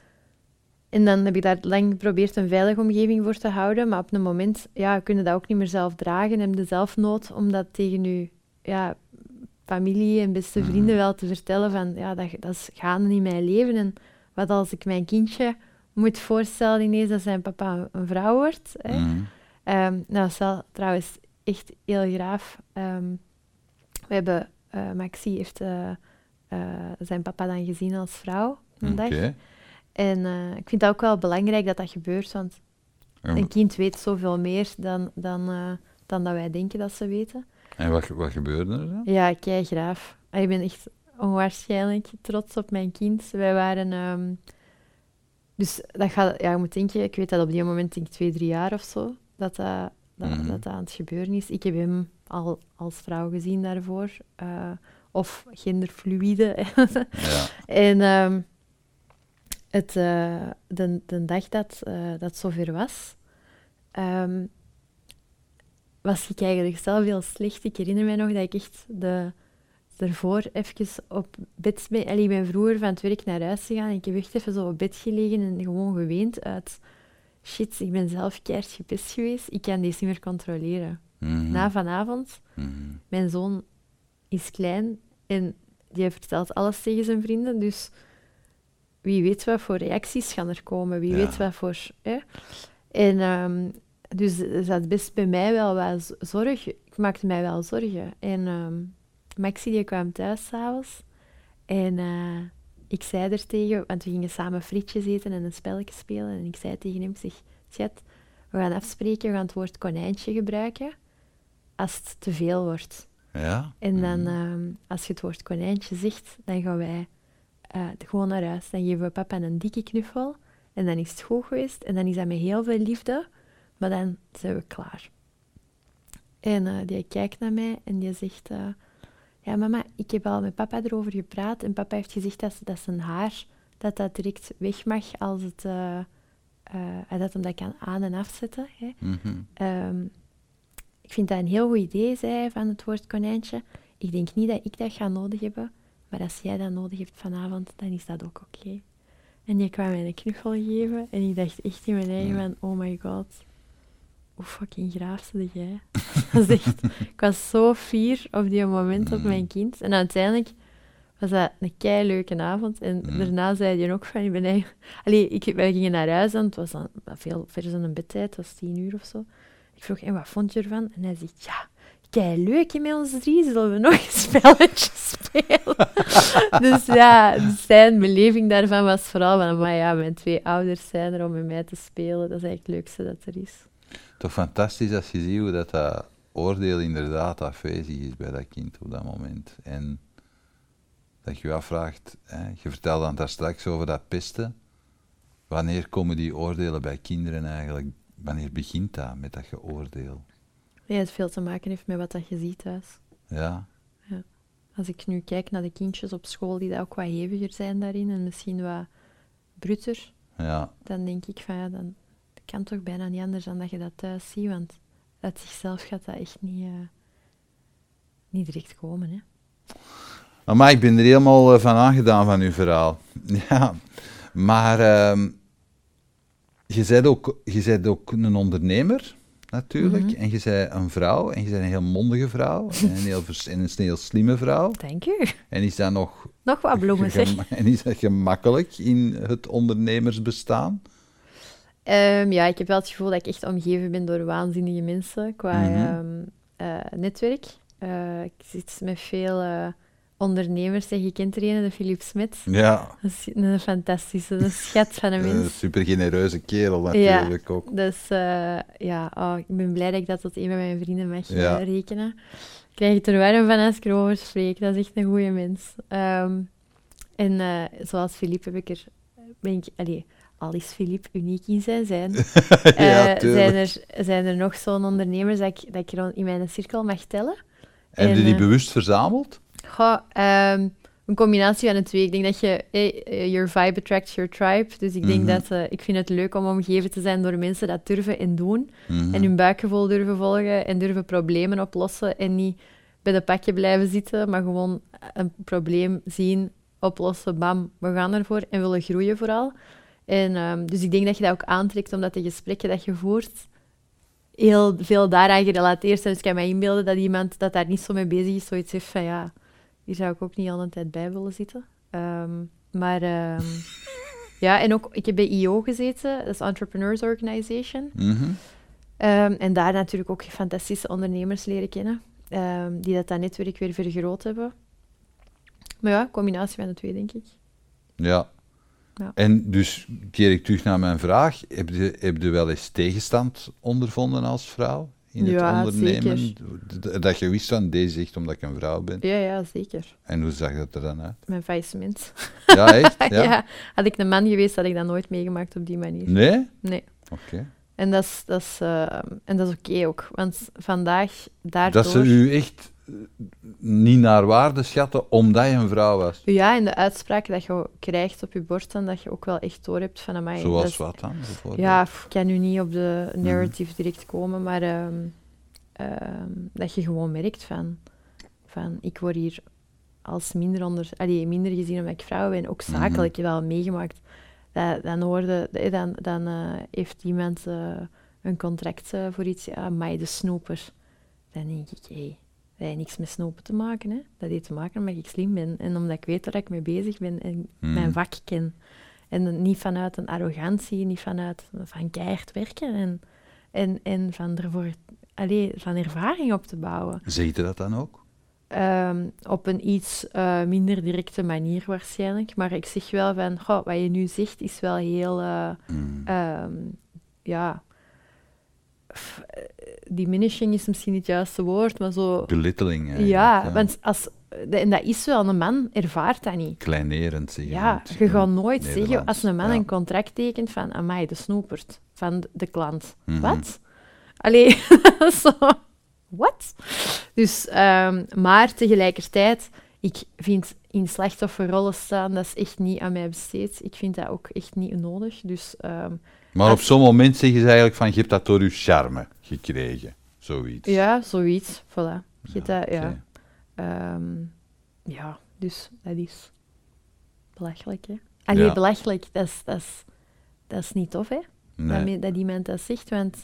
En dan heb ik daar lang geprobeerd een veilige omgeving voor te houden. Maar op een moment ja, kun je dat ook niet meer zelf dragen. En heb je zelf nood om dat tegen je ja, familie en beste Mhm. vrienden wel te vertellen. Van, ja, dat, dat is gaande in mijn leven. En wat als ik mijn kindje moet voorstellen ineens dat zijn papa een vrouw wordt. Hè? Mhm. Ehm, nou, dat is wel trouwens echt heel graaf. Ehm, we hebben, eh, Maxi heeft eh, eh, zijn papa dan gezien als vrouw een dag. Oké. En eh, ik vind het ook wel belangrijk dat dat gebeurt, want En, een kind weet zoveel meer dan, dan, eh, dan dat wij denken dat ze weten. en wat, wat gebeurde er dan? Ja, kei graaf. Ik ben echt onwaarschijnlijk trots op mijn kind. Wij waren... ehm, dus dat gaat... Ja, je moet denken, ik weet dat op die moment, denk ik, twee, drie jaar of zo, dat dat, dat, Mhm. dat, dat aan het gebeuren is. Ik heb hem al als vrouw gezien daarvoor. eh, of genderfluïde. Ja. En ehm, het, eh, de, de dag dat eh, dat zover was, ehm, was ik eigenlijk zelf heel slecht. Ik herinner mij nog dat ik echt de, ervoor even op bed ben. Allee, ik ben vroeger van het werk naar huis gegaan en ik heb echt even zo op bed gelegen en gewoon geweend uit... Shit, ik ben zelf keihard gepest geweest. Ik kan deze niet meer controleren. Mhm. Na vanavond, Mhm. mijn zoon is klein en die vertelt alles tegen zijn vrienden, dus wie weet wat voor reacties gaan er komen, wie Ja. weet wat voor... Hè? En ehm, dus er zat best bij mij wel wat z- zorg. Ik maakte mij wel zorgen. En ehm, Maxi die kwam thuis s'avonds en eh, ik zei er tegen, want we gingen samen frietjes eten en een spelletje spelen, en ik zei tegen hem, ik zeg, schat, we gaan afspreken, we gaan het woord konijntje gebruiken. als het te veel wordt. Ja? En dan, Mm. ehm, als je het woord konijntje zegt, dan gaan wij uh, gewoon naar huis. Dan geven we papa een dikke knuffel. En dan is het goed geweest. En dan is dat met heel veel liefde. Maar dan zijn we klaar. En uh, die kijkt naar mij en die zegt... Uh, ja, mama, ik heb al met papa erover gepraat. En papa heeft gezegd dat, dat zijn haar... dat dat direct weg mag als het... Uh, uh, dat hem dat kan aan- en afzetten. Hè. Mm-hmm. Um, ik vind dat een heel goed idee, zei hij, van het woord konijntje. Ik denk niet dat ik dat ga nodig hebben. Maar als jij dat nodig hebt vanavond, dan is dat ook oké. Okay. En die kwam mij een knuffel geven. En ik dacht echt in mijn eigen van... Oh my god. Hoe fucking graaf zit jij? Dat is echt, ik was zo fier op die moment op mijn kind. En uiteindelijk was dat een keileuke avond. En Mm. daarna zei hij ook van... Ik ben eigenlijk... Allee, ik, wij gingen naar huis en het was dan veel verder dan een bedtijd. Het was tien uur of zo. Ik vroeg, en wat vond je ervan? En hij zegt, ja, keileuk met ons drie. Zullen we nog een spelletje spelen? Dus ja, zijn beleving daarvan was vooral van... Maar ja, mijn twee ouders zijn er om met mij te spelen. Dat is eigenlijk het leukste dat er is. Toch fantastisch als je ziet hoe dat, dat oordeel inderdaad afwezig is bij dat kind op dat moment. En dat je je afvraagt, hè, je vertelde dan daar straks over dat pesten. Wanneer komen die oordelen bij kinderen eigenlijk? Wanneer begint dat met dat geoordeel? Ja, het veel te maken heeft met wat dat je ziet thuis. Ja. Ja. Als ik nu kijk naar de kindjes op school die dat ook wat heviger zijn daarin en misschien wat bruter, Ja. dan denk ik van ja, dan kan toch bijna niet anders dan dat je dat thuis ziet, want uit zichzelf gaat dat echt niet, uh, niet direct komen, hè. Maar ik ben er helemaal uh, van aangedaan van uw verhaal. Ja, maar uh, je bent ook, je bent ook een ondernemer, natuurlijk. Mm-hmm. En je bent een vrouw, en je bent een heel mondige vrouw. En een heel, en een heel slimme vrouw. Dank u. En is dat nog... Nog wat bloemen, zeg. En is dat gemakkelijk in het ondernemersbestaan? Um, ja, ik heb wel het gevoel dat ik echt omgeven ben door waanzinnige mensen qua mm-hmm. um, uh, netwerk. Uh, ik zit met veel uh, ondernemers. Zeg, je kent er een, de Philip Smit. Ja. Dat is een fantastische, een schat van een mens. Een super genereuze kerel natuurlijk ja, ook. Dus uh, ja, oh, ik ben blij dat ik dat tot een van mijn vrienden mag ja. uh, rekenen. Ik krijg het er warm van als ik erover spreek. Dat is echt een goede mens. Um, en uh, zoals Philip heb ik er... Ben ik, allee, al is Philip uniek in zijn zijn, ja, uh, zijn, er, zijn er nog zo'n ondernemers dat ik, dat ik in mijn cirkel mag tellen. Heb je die uh, bewust verzameld? Goh, um, een combinatie van de twee. Ik denk dat je... Hey, your vibe attracts your tribe. Dus ik denk mm-hmm. dat... Uh, ik vind het leuk om omgeven te zijn door mensen dat durven en doen. Mm-hmm. En hun buikgevoel durven volgen en durven problemen oplossen. En niet bij de pakje blijven zitten, maar gewoon een probleem zien, oplossen, bam, we gaan ervoor. En willen groeien vooral. En, um, dus ik denk dat je dat ook aantrekt, omdat de gesprekken dat je voert heel veel daaraan gerelateerd zijn. Dus ik kan me inbeelden dat iemand dat daar niet zo mee bezig is, zoiets heeft van ja, hier zou ik ook niet al een tijd bij willen zitten. Um, maar um, ja, en ook, ik heb bij I O gezeten, dat is Entrepreneurs Organization. Mm-hmm. Um, en daar natuurlijk ook fantastische ondernemers leren kennen, um, die dat, dat netwerk weer vergroot hebben. Maar ja, combinatie van de twee, denk ik. Ja. Ja. En dus keer ik terug naar mijn vraag. Heb je, heb je wel eens tegenstand ondervonden als vrouw in het ja, ondernemen? Zeker. Dat je wist van, deze zegt omdat ik een vrouw ben? Ja, ja, zeker. En hoe zag dat er dan uit? Mijn faillissement. Ja, echt? Ja? Ja, had ik een man geweest, had ik dat nooit meegemaakt op die manier. Nee? Nee. Oké. Okay. En dat is, dat is, uh, en dat is oké okay ook, want vandaag daardoor... Dat ze u echt niet naar waarde schatten omdat je een vrouw was? Ja, en de uitspraak dat je krijgt op je bord, dan dat je ook wel echt door hebt van... Amai, zoals dat is, wat dan, bijvoorbeeld? Ja, ik kan nu niet op de narrative direct komen, maar um, um, dat je gewoon merkt van, van... Ik word hier als minder, onder, allee, minder gezien omdat ik vrouw ben, ook zakelijk mm-hmm. wel meegemaakt. Dat, dan hoorde, dan, dan uh, heeft iemand uh, een contract uh, voor iets, amai, de snoeper. Dan denk ik, hé... Hey, dat heeft niks met snoepen te maken. Hè. Dat heeft te maken omdat ik slim ben. En omdat ik weet waar ik mee bezig ben en mm. mijn vak ken. En niet vanuit een arrogantie, niet vanuit van keihard werken. En, en, en van, ervoor, allez, van ervaring op te bouwen. Zeg je dat dan ook? Um, op een iets uh, minder directe manier waarschijnlijk. Maar ik zeg wel van, goh, wat je nu zegt is wel heel... Uh, mm. um, ja... pff, diminishing is misschien niet het juiste woord, maar zo... Belittling. eigenlijk, Ja, ja. want als... En dat is wel, een man ervaart dat niet. Kleinerend, zeg je. Ja, het, je eh, gaat nooit zeggen, Nederlands. als een man Ja. een contract tekent van, amai, de snoepert, van de klant. Mhm. Wat? Allee, zo... Wat? Dus, ehm, maar tegelijkertijd, ik vind in slachtofferrollen staan, dat is echt niet aan mij besteed. Ik vind dat ook echt niet nodig. Dus, ehm, Maar als- op zo'n moment zeggen ze eigenlijk van, je hebt dat door je charme gekregen. Zoiets. ja, zoiets. Voilà. Je hebt dat, oké. ja. Ehm, ja, dus dat is belachelijk, hè. Allee, Ja. belachelijk, dat is, dat, is, dat is niet tof, hè. Nee. Dat, me- dat iemand dat zegt, want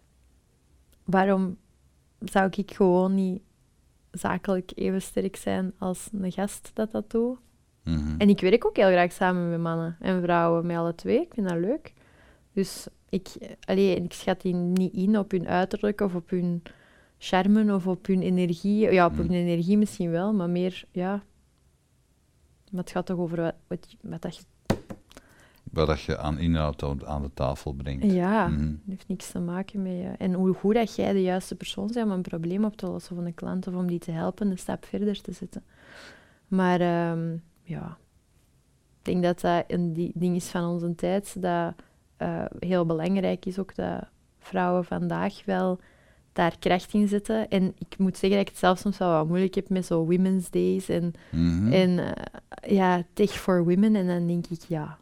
waarom zou ik gewoon niet zakelijk even sterk zijn als een gast dat dat doet? Mhm. En ik werk ook heel graag samen met mannen en vrouwen, met alle twee. Ik vind dat leuk. Dus ik, allee, ik schat die niet in op hun uiterlijk of op hun charme of op hun energie. Ja, op hun energie misschien wel, maar meer, ja... Maar het gaat toch over wat, wat, wat dat je... Wat dat je aan inhoud aan- aan de tafel brengt. Ja, Mhm. het heeft niks te maken met... je. En hoe goed dat jij de juiste persoon bent om een probleem op te lossen van een klant of om die te helpen een stap verder te zetten. Maar ehm, ja, ik denk dat dat een die- ding is van onze tijd, dat eh, heel belangrijk is ook dat vrouwen vandaag wel daar kracht in zetten. En ik moet zeggen dat ik het zelf soms wel wat moeilijk heb met zo women's days en, Mhm. en eh, ja, tech for women. En dan denk ik, ja...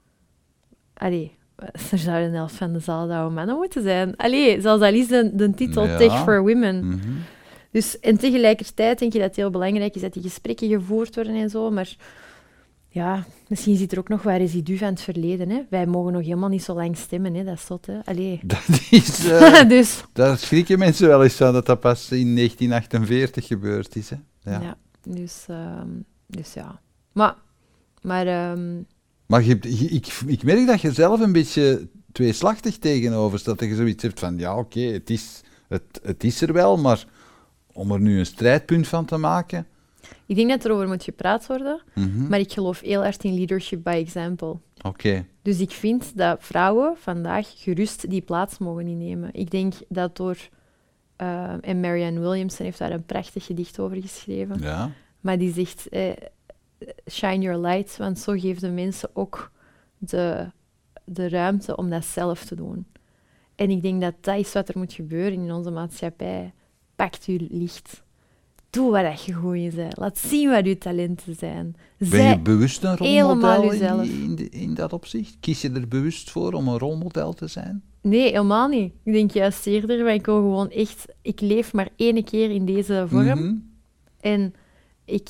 Allee, er zou een helft van de zaal zouden mannen moeten zijn. Allee, zelfs al is de, de titel Ja. Tech for Women. Mhm. Dus, en tegelijkertijd denk je dat het heel belangrijk is dat die gesprekken gevoerd worden en zo, maar ja, misschien zit er ook nog wat residu van het verleden. Hè? Wij mogen nog helemaal niet zo lang stemmen, hè? Dat is zot, hè? Allee. Dat is... eh, dus, daar schrikken mensen wel eens van dat dat pas in negentien achtenveertig gebeurd is. Hè? ja. Ja. dus, ehm, dus ja. Maar, maar ehm, Maar je, hebt- je- ik, ik merk dat je zelf een beetje tweeslachtig tegenover staat. Dat je zoiets hebt van, ja, oké, het, is, het, het is er wel, maar om er nu een strijdpunt van te maken... ik denk dat er over moet gepraat worden, Mhm. maar ik geloof heel erg in leadership by example. Oké. Dus ik vind dat vrouwen vandaag gerust die plaats mogen innemen. Ik denk dat door... eh, en Marianne Williamson heeft daar een prachtig gedicht over geschreven. Ja. Maar die zegt, eh, shine your light, want zo geven de mensen ook de, de ruimte om dat zelf te doen. En ik denk dat dat is wat er moet gebeuren in onze maatschappij. Pakt uw licht. Doe wat je goed in bent. Laat zien wat uw talenten zijn. Ben Zij- je bewust een helemaal rolmodel in, jezelf. die- in, de- in dat opzicht? Kies je er bewust voor om een rolmodel te zijn? Nee, helemaal niet. Ik denk juist eerder, want ik wil gewoon echt... Ik leef maar één keer in deze vorm. Mhm. En ik,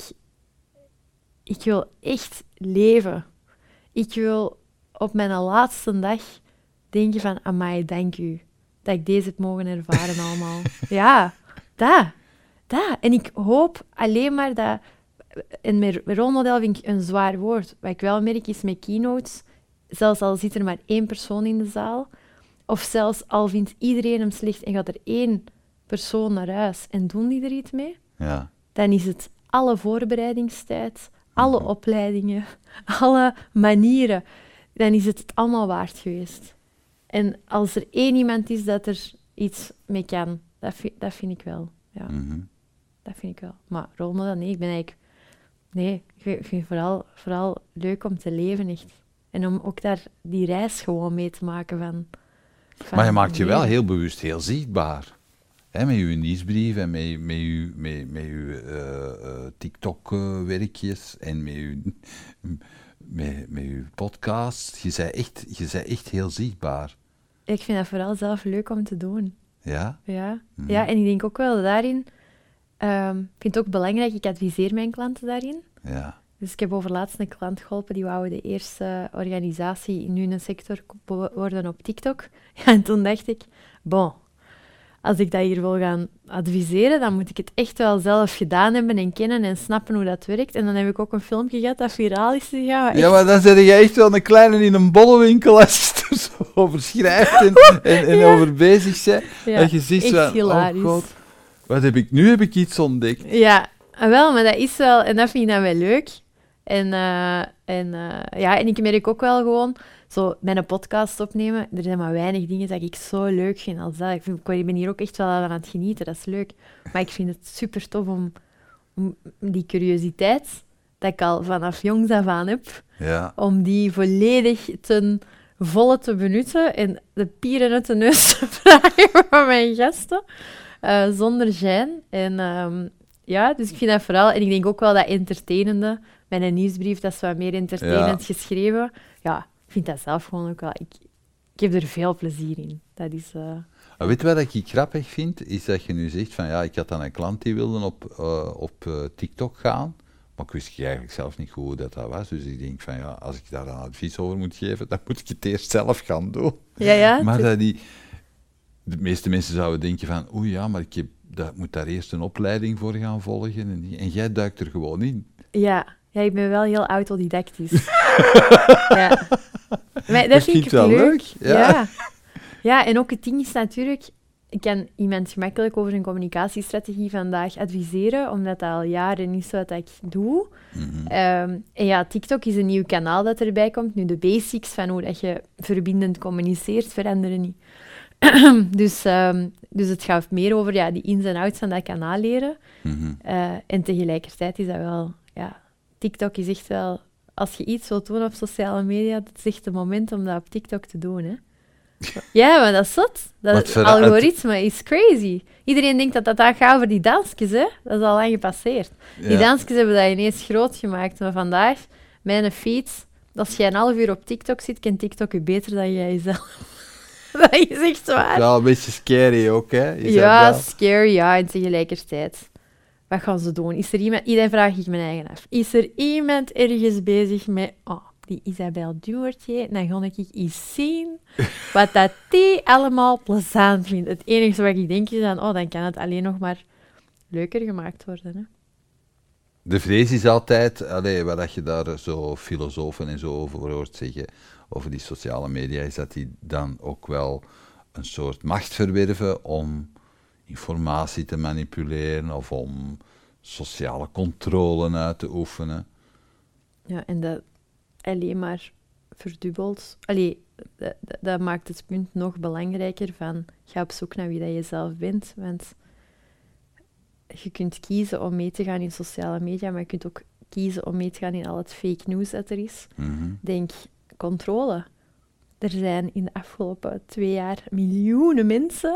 ik wil echt leven. Ik wil op mijn laatste dag denken van, amai, dank u. Dat ik deze heb mogen ervaren allemaal. Ja, dat. Dat. En ik hoop alleen maar dat... En met rolmodel vind ik een zwaar woord. Wat ik wel merk is met keynotes, zelfs al zit er maar één persoon in de zaal, of zelfs al vindt iedereen hem slecht en gaat er één persoon naar huis en doen die er iets mee, Ja. dan is het alle voorbereidingstijd, alle opleidingen, alle manieren, dan is het het allemaal waard geweest. En als er één iemand is dat er iets mee kan, dat, vi- dat vind ik wel. Ja, Mhm. dat vind ik wel. Maar rolmodel, nee, ik ben eigenlijk... Nee, ik vind- ik vind het vooral, vooral leuk om te leven, echt. En om ook daar die reis gewoon mee te maken van... van Maar je maakt je wel leven. heel bewust heel zichtbaar. Hè, met je nieuwsbrief en met, met je, met, met je eh, eh, TikTok-werkjes en met je, met, met je podcast. Je bent echt, je bent echt heel zichtbaar. Ik vind dat vooral zelf leuk om te doen. Ja? Ja, Mhm. ja en ik denk ook wel dat daarin... ehm, ik vind het ook belangrijk, ik adviseer mijn klanten daarin. Ja. Dus ik heb overlaatst een klant geholpen, die wou de eerste organisatie nu in een sector worden op TikTok. Ja, en toen dacht ik, bon, als ik dat hier wil gaan adviseren, dan moet ik het echt wel zelf gedaan hebben en kennen en snappen hoe dat werkt. En dan heb ik ook een filmpje gehad dat viraal is gegaan. Ja, maar dan zet je echt wel een kleine in een bollewinkel als je er zo over schrijft en, en, en Ja. over bezig bent. Ja, dat je ziet echt van, oh hilarisch. god, wat heb ik, nu heb ik iets ontdekt. Ja, ah, wel, maar dat is wel... En dat vind ik dan wel leuk. En, eh, en, eh, ja, en ik merk ook wel gewoon... zo mijn podcast opnemen, er zijn maar weinig dingen dat ik zo leuk vind als dat. Ik, vind, ik ben hier ook echt wel aan het genieten, dat is leuk. Maar ik vind het super tof om, om die curiositeit, dat ik al vanaf jongs af aan heb, Ja. om die volledig ten volle te benutten en de pieren uit de neus te vragen van mijn gasten, uh, zonder gêne. En um, ja, dus ik vind dat vooral... En ik denk ook wel dat entertainende, mijn nieuwsbrief, dat is wat meer entertainend Ja. geschreven. Ja, ik vind dat zelf gewoon ook wel... Ik, ik heb er veel plezier in. Dat is... Uh... Maar weet je wat ik grappig vind? Is dat je nu zegt van, ja, ik had dan een klant die wilde op, uh, op uh, TikTok gaan. Maar ik wist eigenlijk zelf niet goed hoe dat, dat was. Dus ik denk van, ja, als ik daar dan advies over moet geven, dan moet ik het eerst zelf gaan doen. Ja, ja. Maar dat die... De meeste mensen zouden denken van, oei ja, maar ik heb, dat, moet daar eerst een opleiding voor gaan volgen. En, die, en jij duikt er gewoon in. Ja, ja ik ben wel heel autodidactisch. Ja. Maar dat vind ik wel leuk. leuk. Ja. Ja. Ja, en ook het ding is natuurlijk... Ik kan iemand gemakkelijk over een communicatiestrategie vandaag adviseren, omdat dat al jaren is wat ik doe. Mm-hmm. Um, en ja, TikTok is een nieuw kanaal dat erbij komt. Nu, de basics van hoe dat je verbindend communiceert veranderen niet. dus, um, dus het gaat meer over ja, die ins en outs van dat kanaal leren. Mm-hmm. Uh, en tegelijkertijd is dat wel... Ja, TikTok is echt wel... Als je iets wilt doen op sociale media, dat is echt het moment om dat op TikTok te doen, hè. Ja, maar dat is zot. Dat het vera- algoritme het... is crazy. Iedereen denkt dat dat, dat gaat over die dansjes, hè. Dat is al lang gepasseerd. Ja. Die dansjes hebben dat ineens groot gemaakt. Maar vandaag, mijn feed, als jij een half uur op TikTok zit, kent TikTok je beter dan jij jezelf. Dat is echt waar. Wel een beetje scary ook, hè? Is Ja, dat wel? scary, ja, en tegelijkertijd. Wat gaan ze doen? Is er iemand... Iedereen vraag ik mijn eigen af. Is er iemand ergens bezig met... Oh, die Isabel Duwertje, dan ga ik eens zien wat dat die allemaal plezant vindt. Het enige wat ik denk is dan... Oh, dan kan het alleen nog maar leuker gemaakt worden, hè. De vrees is altijd, allee, wat je daar zo filosofen en zo over hoort zeggen, over die sociale media, is dat die dan ook wel een soort macht verwerven om informatie te manipuleren of om sociale controle uit te oefenen. Ja, en dat alleen maar verdubbelt. Allee, dat, dat, dat maakt het punt nog belangrijker van... Ga op zoek naar wie dat je zelf bent, want... Je kunt kiezen om mee te gaan in sociale media, maar je kunt ook kiezen om mee te gaan in al het fake news dat er is. Mm-hmm. Denk, controle. Er zijn in de afgelopen twee jaar miljoenen mensen...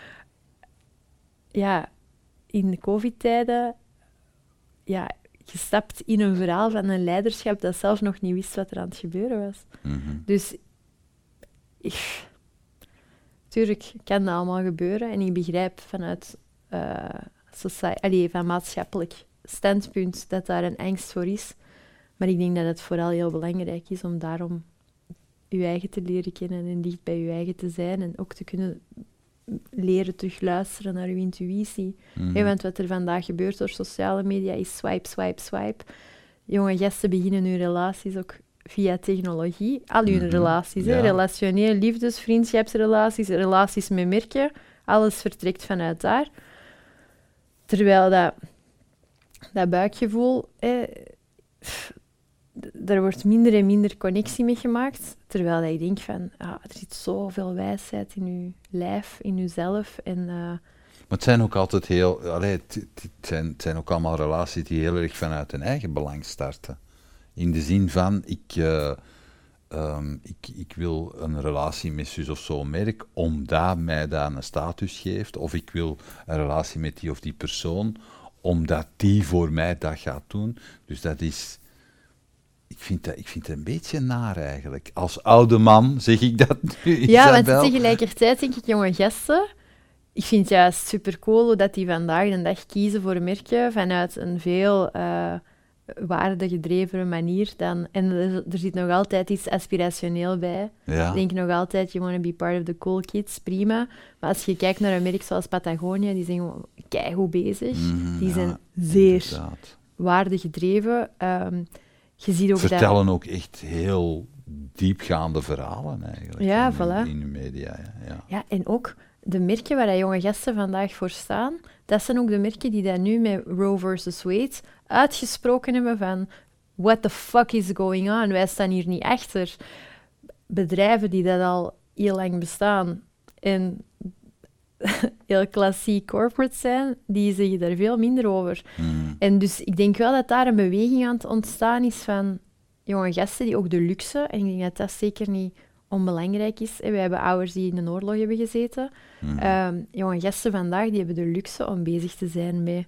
Ja, in de covid-tijden... Ja, gestapt in een verhaal van een leiderschap dat zelf nog niet wist wat er aan het gebeuren was. Mm-hmm. Dus... Ik, tuurlijk kan dat allemaal gebeuren en ik begrijp vanuit... Uh, Society, allee, van maatschappelijk standpunt dat daar een angst voor is. Maar ik denk dat het vooral heel belangrijk is om daarom je eigen te leren kennen en dicht bij je eigen te zijn en ook te kunnen leren terug luisteren naar je intuïtie. Mm-hmm. Hey, want wat er vandaag gebeurt door sociale media is swipe, swipe, swipe. Jonge gasten beginnen hun relaties ook via technologie. Al hun Mm-hmm. relaties, Ja. hè? Relationeel, liefdes, vriendschapsrelaties, relaties met merken. Alles vertrekt vanuit daar. Terwijl dat, dat buikgevoel, eh, daar wordt minder en minder connectie mee gemaakt. Terwijl dat je denkt van, ah, er zit zoveel wijsheid in je lijf, in jezelf. En, uh, Maar het zijn ook altijd heel... Allee, het, het, zijn, het zijn ook allemaal relaties die heel erg vanuit hun eigen belang starten. In de zin van, ik, uh, um, ik, ik wil een relatie met zus of zo'n merk, omdat mij dat een status geeft. Of ik wil een relatie met die of die persoon, omdat die voor mij dat gaat doen. Dus dat is... Ik vind, dat, ik vind het een beetje naar eigenlijk. Als oude man zeg ik dat nu, ja, Isabel. want tegelijkertijd denk ik, jonge gasten... Ik vind het juist supercool hoe dat die vandaag de dag kiezen voor een merkje vanuit een veel... Uh, waardegedreven manier dan... En er, er zit nog altijd iets aspirationeel bij. Ja. Ik denk nog altijd, you want to be part of the cool kids, prima. Maar als je kijkt naar een merk zoals Patagonia, die zijn gewoon keigoed bezig. Mm, die ja, zijn zeer inderdaad. waardegedreven. Um, je ziet ook Vertellen dat... ook echt heel diepgaande verhalen eigenlijk. Ja, in, voilà. In de media, ja. ja. Ja, en ook de merken waar jonge gasten vandaag voor staan, dat zijn ook de merken die dat nu met Roe versus Wade uitgesproken hebben van what the fuck is going on? Wij staan hier niet achter. bedrijven die dat al heel lang bestaan en heel klassiek corporate zijn, die zeggen daar veel minder over. Mm. En dus ik denk wel dat daar een beweging aan het ontstaan is van jonge gasten die ook de luxe, en ik denk dat dat zeker niet onbelangrijk is. We hebben ouders die in een oorlog hebben gezeten. Mm. Um, jonge gasten vandaag die hebben de luxe om bezig te zijn met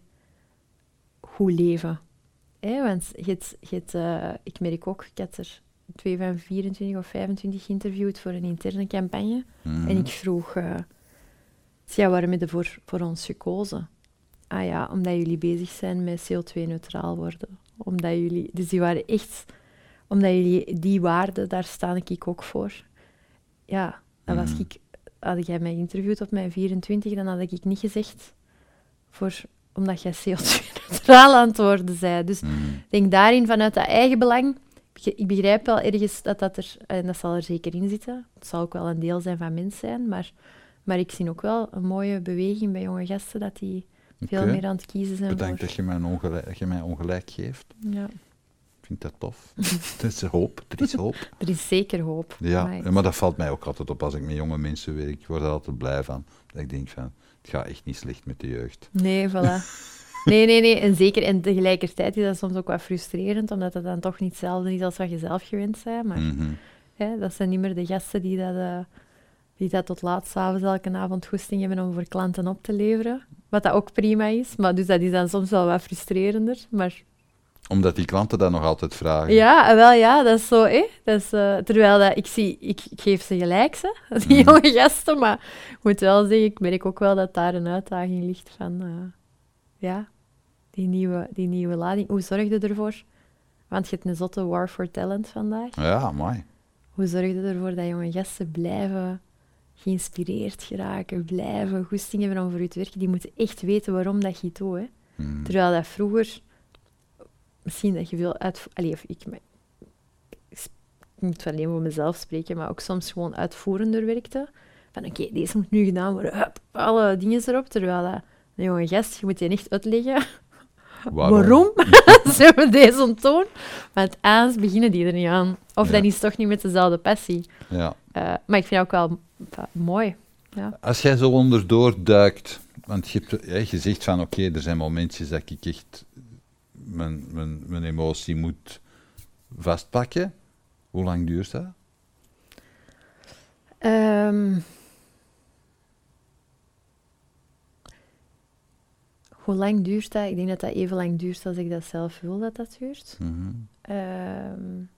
goed leven. Hè? Want je hebt, je hebt, uh, ik merk ook, ik had er twee van vierentwintig of vijfentwintig geïnterviewd voor een interne campagne. Mm. En ik vroeg, uh, ja, waarom heb je voor, voor ons gekozen? Ah ja, omdat jullie bezig zijn met C O twee neutraal worden. Omdat jullie, dus die waren echt, omdat jullie die waarden, daar sta ik ook voor. Ja, dan was Mm. ik, had jij mij geïnterviewd op mijn vierentwintig, dan had ik niet gezegd, voor, omdat jij C O twee neutraal aan het worden zei. Dus Mm. ik denk daarin, vanuit dat eigen belang, ik begrijp wel ergens dat dat er, en dat zal er zeker in zitten, het zal ook wel een deel zijn van mens zijn, maar, maar ik zie ook wel een mooie beweging bij jonge gasten, dat die veel Oké. meer aan het kiezen zijn Bedankt voor... dat je, mij ongelijk, dat je mij ongelijk geeft. Ja, Ik vind dat tof. Er is hoop, er is hoop. er is zeker hoop. Ja, Maar- maar dat valt mij ook altijd op als ik met jonge mensen werk. Ik word er altijd blij van. Dat ik denk van, het gaat echt niet slecht met de jeugd. Nee, voilà. Nee, nee, nee. En zeker, en tegelijkertijd is dat soms ook wat frustrerend, omdat het dan toch niet hetzelfde is als wat je zelf gewend bent. Maar Mhm. hè, dat zijn niet meer de gasten die dat, eh, die dat tot laat s'avonds elke avond goesting hebben om voor klanten op te leveren. Wat dat ook prima is. Maar dus dat is dan soms wel wat frustrerender. Maar Omdat die klanten dat nog altijd vragen. ja, wel ja, dat is zo, hè. Dat is, eh, terwijl dat, ik zie, ik, ik geef ze gelijk, hè, die Mhm. jonge gasten. Maar ik moet wel zeggen, ik merk ook wel dat daar een uitdaging ligt van... eh, ja, die nieuwe, die nieuwe lading. Hoe zorg je ervoor? Want je hebt een zotte war for talent vandaag. Ja, mooi. Hoe zorg je ervoor dat jonge gasten blijven geïnspireerd geraken, blijven goesting hebben om voor je te werken? Die moeten echt weten waarom dat je het doet. Hè. Mhm. Terwijl dat vroeger... Misschien dat je veel uit... Allee, of ik, ik moet van alleen voor mezelf spreken, maar ook soms gewoon uitvoerender werkte. Van oké, okay, deze moet nu gedaan worden. Hup, alle dingen erop. Terwijl dat, een jonge gast, je moet je echt uitleggen waarom, ze hebben deze onttoon. Want anders beginnen die er niet aan. Of Ja. dan is het toch niet met dezelfde passie. Ja. Uh, maar ik vind dat ook wel uh, mooi. Ja. Als jij zo onderdoor duikt, want je, hebt, ja, je zegt van oké, okay, er zijn momentjes dat ik echt mijn, mijn, mijn emotie moet vastpakken. Hoe lang duurt dat? Um, hoe lang duurt dat? Ik denk dat dat even lang duurt als ik dat zelf wil dat dat duurt. Mm-hmm. Um,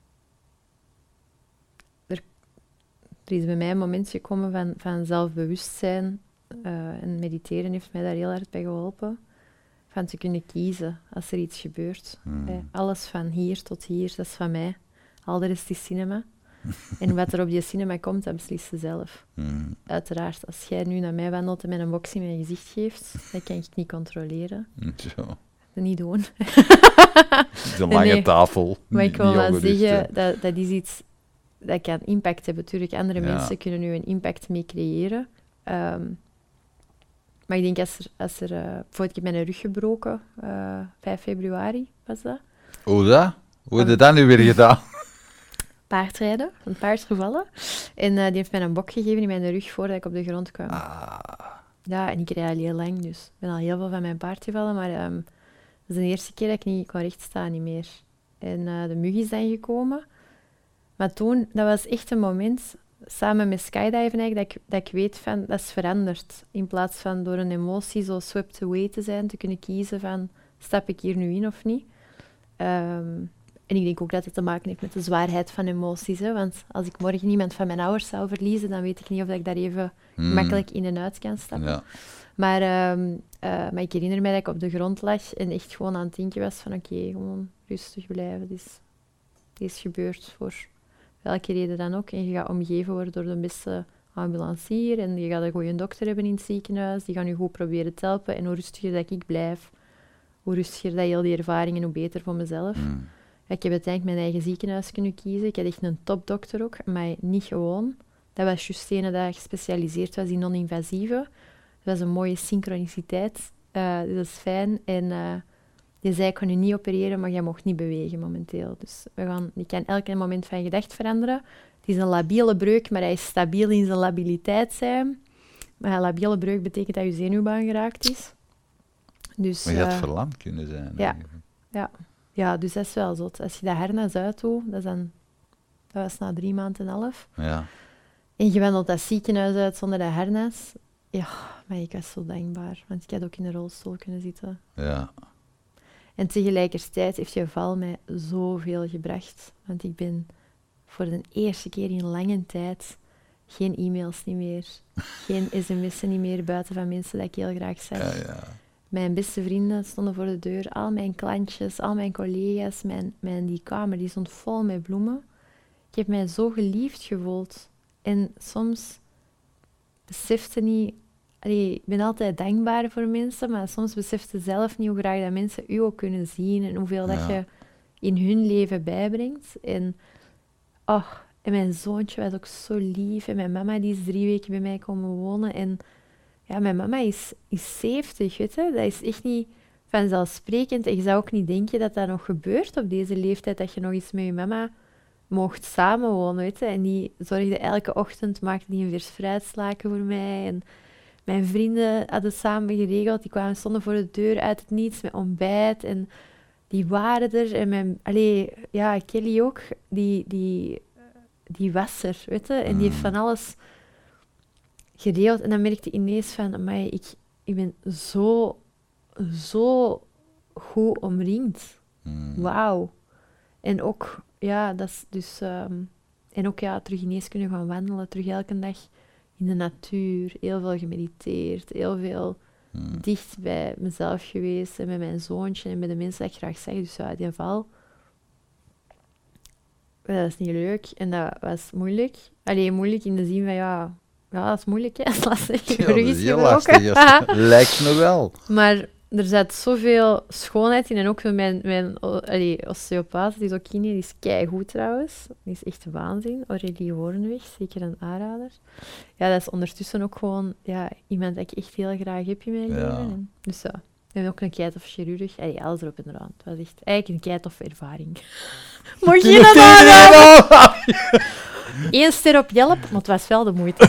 er, er is bij mij een moment gekomen van, van zelfbewustzijn. Uh, en mediteren heeft mij daar heel hard bij geholpen. Van te kunnen kiezen als er iets gebeurt. Mm. Eh, alles van hier tot hier, dat is van mij. Al de rest is cinema. En wat er op die cinema komt, dat beslist je zelf. Mm. Uiteraard, als jij nu naar mij wandelt en met een box in mijn gezicht geeft, dat kan ik niet controleren. Zo. Dat niet doen. De lange Nee. tafel. Maar niet- ik wil niet wel ongerust, zeggen, hè. dat, dat is iets dat kan impact hebben. Natuurlijk, andere Ja. mensen kunnen nu een impact mee creëren. Um, maar ik denk, als er... Als er uh, bijvoorbeeld, ik heb mijn rug gebroken, uh, vijf februari was dat. Hoe dat? Hoe heb je dat nu weer gedaan? Paardrijden, een paard gevallen. En uh, die heeft mij een bok gegeven in mijn rug voordat ik op de grond kwam. Ah. Ja, en ik rijd al heel lang, dus ik ben al heel veel van mijn paard gevallen, maar um, dat is de eerste keer dat ik niet kon rechtstaan, niet meer. En uh, de mug is dan gekomen. Maar toen, dat was echt een moment, samen met skydiven eigenlijk, dat ik, dat ik weet van, dat is veranderd. In plaats van door een emotie zo swept away te zijn, te kunnen kiezen van, stap ik hier nu in of niet? Um, en ik denk ook dat het te maken heeft met de zwaarheid van emoties. Hè? Want als ik morgen iemand van mijn ouders zou verliezen, dan weet ik niet of ik daar even Mm. makkelijk in en uit kan stappen. Ja. Maar, um, uh, maar ik herinner mij dat ik op de grond lag en echt gewoon aan het denken was van oké, okay, gewoon rustig blijven. Dit is, dit is gebeurd voor welke reden dan ook. En je gaat omgeven worden door de beste ambulancier en je gaat een goede dokter hebben in het ziekenhuis. Die gaan je goed proberen te helpen. En hoe rustiger dat ik blijf, hoe rustiger dat heel die ervaringen, hoe beter voor mezelf. Mm. Ik heb uiteindelijk mijn eigen ziekenhuis kunnen kiezen. Ik had echt een topdokter ook, maar niet gewoon. Dat was juist ene dat gespecialiseerd was in non-invasieve. Dat was een mooie synchroniciteit. Uh, dat is fijn. En uh, Die zei, ik kan je niet opereren, maar jij mag niet bewegen momenteel. Dus we gaan, die kan elk moment van gedacht veranderen. Het is een labiele breuk, maar hij is stabiel in zijn labiliteit zijn. Maar een labiele breuk betekent dat je zenuwbaan geraakt is. Dus, Maar je had uh, verlamd kunnen zijn. Ja, ja. ja, dus dat is wel zot. Als je dat harnas uitdoet, dat, is dan, dat was na drie maanden en een half. Ja. En je wandelt dat ziekenhuis uit zonder dat harnas. Ja, maar ik was zo dankbaar. Want ik had ook in een rolstoel kunnen zitten. Ja. En tegelijkertijd heeft je val mij zoveel gebracht. Want ik ben voor de eerste keer in lange tijd geen e-mails niet meer. Geen sms'en niet meer buiten van mensen die ik heel graag zag. Ja, ja. Mijn beste vrienden stonden voor de deur. Al mijn klantjes, al mijn collega's. Mijn, mijn, die kamer die stond vol met bloemen. Ik heb mij zo geliefd gevoeld. En soms besefte niet... Allee, ik ben altijd dankbaar voor mensen, maar soms besefte zelf niet hoe graag dat mensen u ook kunnen zien en hoeveel Ja. dat je in hun leven bijbrengt. En, oh, en mijn zoontje was ook zo lief. En mijn mama die is drie weken bij mij komen wonen. En ja, mijn mama is, is zeventig, weet je. Dat is echt niet vanzelfsprekend. En je zou ook niet denken dat dat nog gebeurt op deze leeftijd, dat je nog eens met je mama mocht samenwonen, weet je. En die zorgde elke ochtend, maakte die een vers fruitslaken voor mij. En mijn vrienden hadden samen geregeld. Die kwamen, stonden voor de deur uit het niets met ontbijt. En die waren er. En mijn, allee, ja, Kelly ook. Die, die, die was er, weet je. En die heeft van alles geregeld. En dan merkte ik ineens van, amai, ik, ik ben zo, zo goed omringd. Mm. Wauw. En ook, ja, dat is dus... Um, en ook, ja, terug ineens kunnen gaan wandelen. Terug elke dag in de natuur. Heel veel gemediteerd. Heel veel Mm. dicht bij mezelf geweest. En met mijn zoontje en met de mensen die ik graag zag. Dus ja, die val... Dat is niet leuk. En dat was moeilijk. Allee, moeilijk in de zin van, ja... Ja, dat is moeilijk, hè. Dat is lastig. Ja, Rug dat is is heel gebroken. lastig. ja. Lijkt me wel. Maar er zit zoveel schoonheid in. En ook mijn, mijn allee, osteopaat, die is ook in, die is keigoed trouwens. Die is echt waanzin. Aurélie Hoornweg, zeker een aanrader. Ja, dat is ondertussen ook gewoon ja, iemand dat ik echt heel graag heb in mijn Ja. leven. En dus ja, en ook een keitof chirurg. Allee, alles erop en eraan. Het was echt eigenlijk een keitof ervaring. Mocht je dat aanraden? Eén ster op Yelp, maar het was wel de moeite.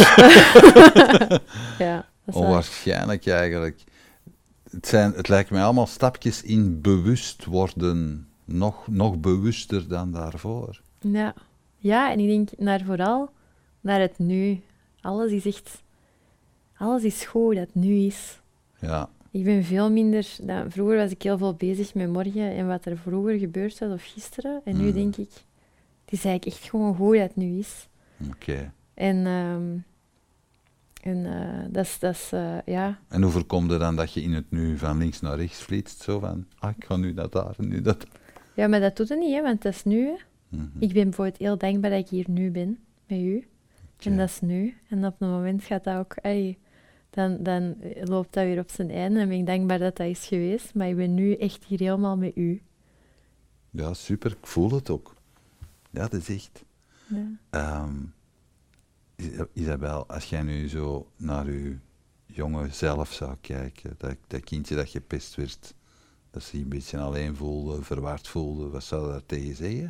Ja, dat is wel- Onwaarschijnlijk eigenlijk. Het, zijn, het lijkt mij allemaal stapjes in bewust worden. Nog, nog bewuster dan daarvoor. Ja. Ja, en ik denk naar vooral naar het nu. Alles is echt... Alles is goed dat het nu is. Ja. Ik ben veel minder... Dan, vroeger was ik heel veel bezig met morgen en wat er vroeger gebeurd was of gisteren. En nu Mm. denk ik... Het is eigenlijk echt gewoon goed dat het nu is. Oké. En... ehm, en uh, dat is... Dat is uh, ja... En hoe voorkomt het dan dat je in het nu van links naar rechts flitst? Zo van, ah, ik ga nu dat daar en nu dat. Ja, maar dat doet het niet, hè, want dat is nu. Hè. Mhm. Ik ben bijvoorbeeld heel dankbaar dat ik hier nu ben, met u. Oké. En dat is nu. En op een moment gaat dat ook... Ay, dan, dan loopt dat weer op zijn einde. En ben ik dankbaar dat dat is geweest. Maar ik ben nu echt hier helemaal met u. Ja, super. Ik voel het ook. Ja, dat is echt... Ja. Ehm, Is- Isabel, als jij nu zo naar je jonge zelf zou kijken, dat, dat kindje dat gepest werd, dat zich een beetje alleen voelde, verwaard voelde, wat zou je daar tegen zeggen?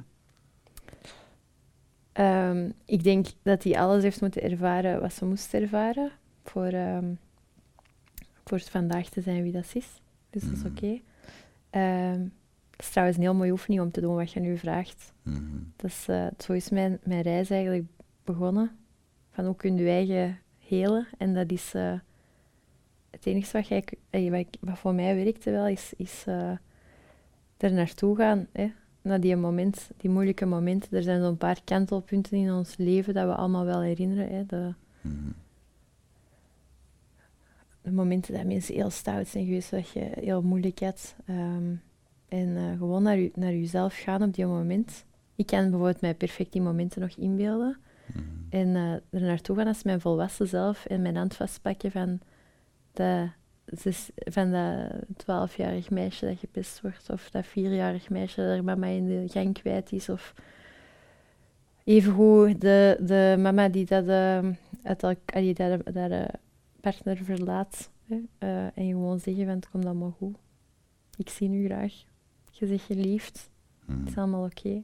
Um, ik denk dat hij alles heeft moeten ervaren wat ze moest ervaren. Voor, um, voor vandaag te zijn wie dat is. Dus dat is Mhm. oké. Um, het is trouwens een heel mooie oefening om te doen wat je nu vraagt. Mhm. Dat is, uh, zo is mijn, mijn reis eigenlijk begonnen. Van hoe kun je je eigen helen. En dat is uh, het enige wat, jij, eh, wat, ik, wat voor mij werkte wel, is, is uh, er naartoe gaan. Hè? Naar die, moment, die moeilijke momenten. Er zijn zo'n paar kantelpunten in ons leven dat we allemaal wel herinneren. Hè? De, Mhm. de momenten dat mensen heel stout zijn geweest, dat je heel moeilijk had. Um, en uh, gewoon naar, u, naar jezelf gaan op die moment. Ik kan bijvoorbeeld mij perfect die momenten nog inbeelden. Mhm. En uh, er naartoe gaan als mijn volwassen zelf en mijn hand vastpakken van dat, zes, van dat twaalfjarig meisje dat gepest wordt, of dat vierjarig meisje dat er mama in de gang kwijt is, of evengoed de, de mama die dat, uh, uit elk, die dat, dat uh, partner verlaat. Hè, uh, en gewoon zeggen van het komt allemaal goed. ik zie u graag. Je zegt geliefd. Mm. Het is allemaal oké. Okay.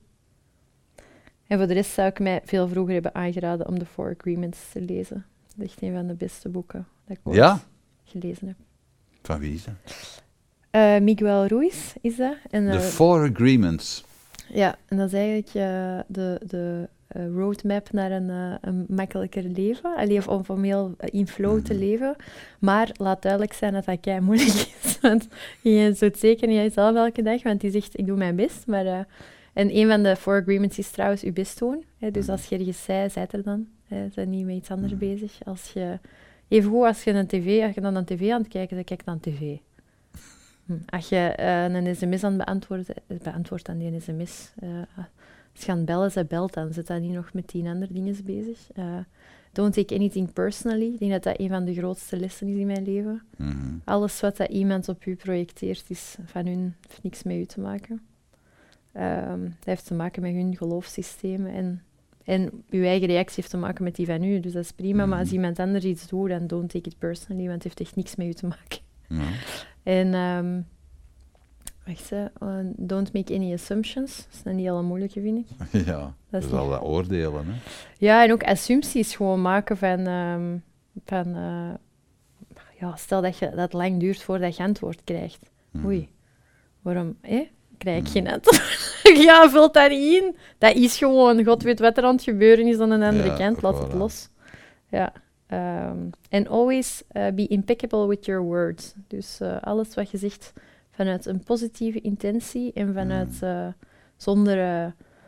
En voor de rest zou ik mij veel vroeger hebben aangeraden om de Four Agreements te lezen. Dat is echt een van de beste boeken dat ik ooit Ja? gelezen heb. Van wie is dat? Uh, Miguel Ruiz is dat. En, The uh, Four Agreements. Ja, en dat is eigenlijk uh, de, de uh, roadmap naar een, uh, een makkelijker leven. Allee, of om, om heel uh, in flow mm-hmm. te leven. Maar laat duidelijk zijn dat dat kei moeilijk is. Want je doet zeker niet jezelf elke dag, want die zegt, ik doe mijn best. Maar, uh, en een van de Four Agreements is trouwens je best doen. Hè, dus als je ergens zei, zijt er dan. Hè, zijn niet met iets anders mm-hmm. bezig. Als je, evengoed als je een tv, als je dan een tv aan het kijken, dan kijk dan tv. Hm. Als je uh, een sms aan het beantwoorden, beantwoord aan die sms. Uh, als je aan het bellen ze belt, dan zit dat niet nog met tien andere dingen bezig. Uh, don't take anything personally. Ik denk dat dat een van de grootste lessen is in mijn leven. Mm-hmm. Alles wat dat iemand op u projecteert, is van hun, heeft niks met u te maken. Um, dat heeft te maken met hun geloofssystemen. En, en uw eigen reactie heeft te maken met die van u. Dus dat is prima. Mm-hmm. Maar als iemand anders iets doet, dan don't take it personally, want het heeft echt niks met u te maken. Ja. En, um, wacht eens, uh, don't make any assumptions. Dat is een hele moeilijke, vind ik. Ja, dat is al dat oordelen, hè. Ja, en ook assumpties gewoon maken van... Um, van uh, ja, stel dat je, dat het lang duurt voordat je antwoord krijgt. Mm. Oei, waarom eh? krijg ik mm. geen antwoord? Ja, vult dat niet in. Dat is gewoon, god weet wat er aan het gebeuren is aan de andere ja, kant. Laat voilà. het los. Ja. Um, and always uh, be impeccable with your words. Dus uh, alles wat je zegt vanuit een positieve intentie en vanuit uh, zonder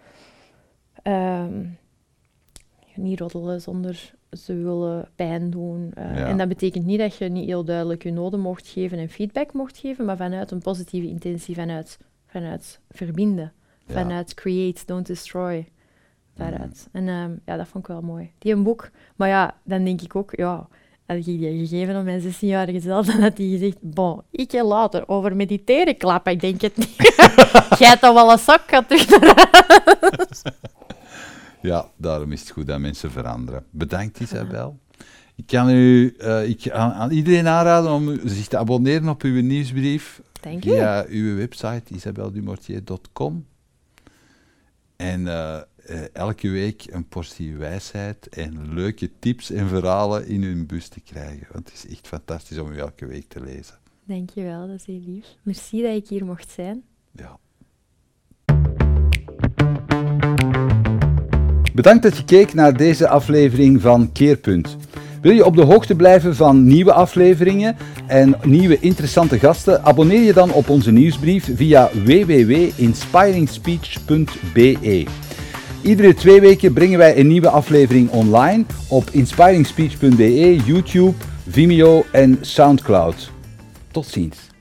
uh, um, niet roddelen, zonder ze willen pijn doen. Uh, ja. En dat betekent niet dat je niet heel duidelijk je noden mocht geven en feedback mocht geven, maar vanuit een positieve intentie, vanuit, vanuit verbinden, ja. vanuit create, don't destroy. Daaruit. Mm. En um, ja, dat vond ik wel mooi. Die een boek. Maar ja, dan denk ik ook, ja, had ik die gegeven aan mijn zestienjarige zelf, dan had hij gezegd, bon, ik ga later over mediteren klappen, ik denk het niet. Jij hebt al wel een zak gehad terug naar huis. Ja, daarom is het goed dat mensen veranderen. Bedankt, Isabel. Ik kan u uh, ik aan, aan iedereen aanraden om zich te abonneren op uw nieuwsbrief. Dank via u. uw website isabelle dumortier punt com. En uh, uh, elke week een portie wijsheid en leuke tips en verhalen in uw bus te krijgen. Want het is echt fantastisch om u elke week te lezen. Dank je wel, dat is heel lief. Merci dat ik hier mocht zijn. Ja. Bedankt dat je keek naar deze aflevering van Keerpunt. Wil je op de hoogte blijven van nieuwe afleveringen en nieuwe interessante gasten? Abonneer je dan op onze nieuwsbrief via w w w punt inspiring speech punt b e. Iedere twee weken brengen wij een nieuwe aflevering online op inspiring speech punt b e, YouTube, Vimeo en Soundcloud. Tot ziens.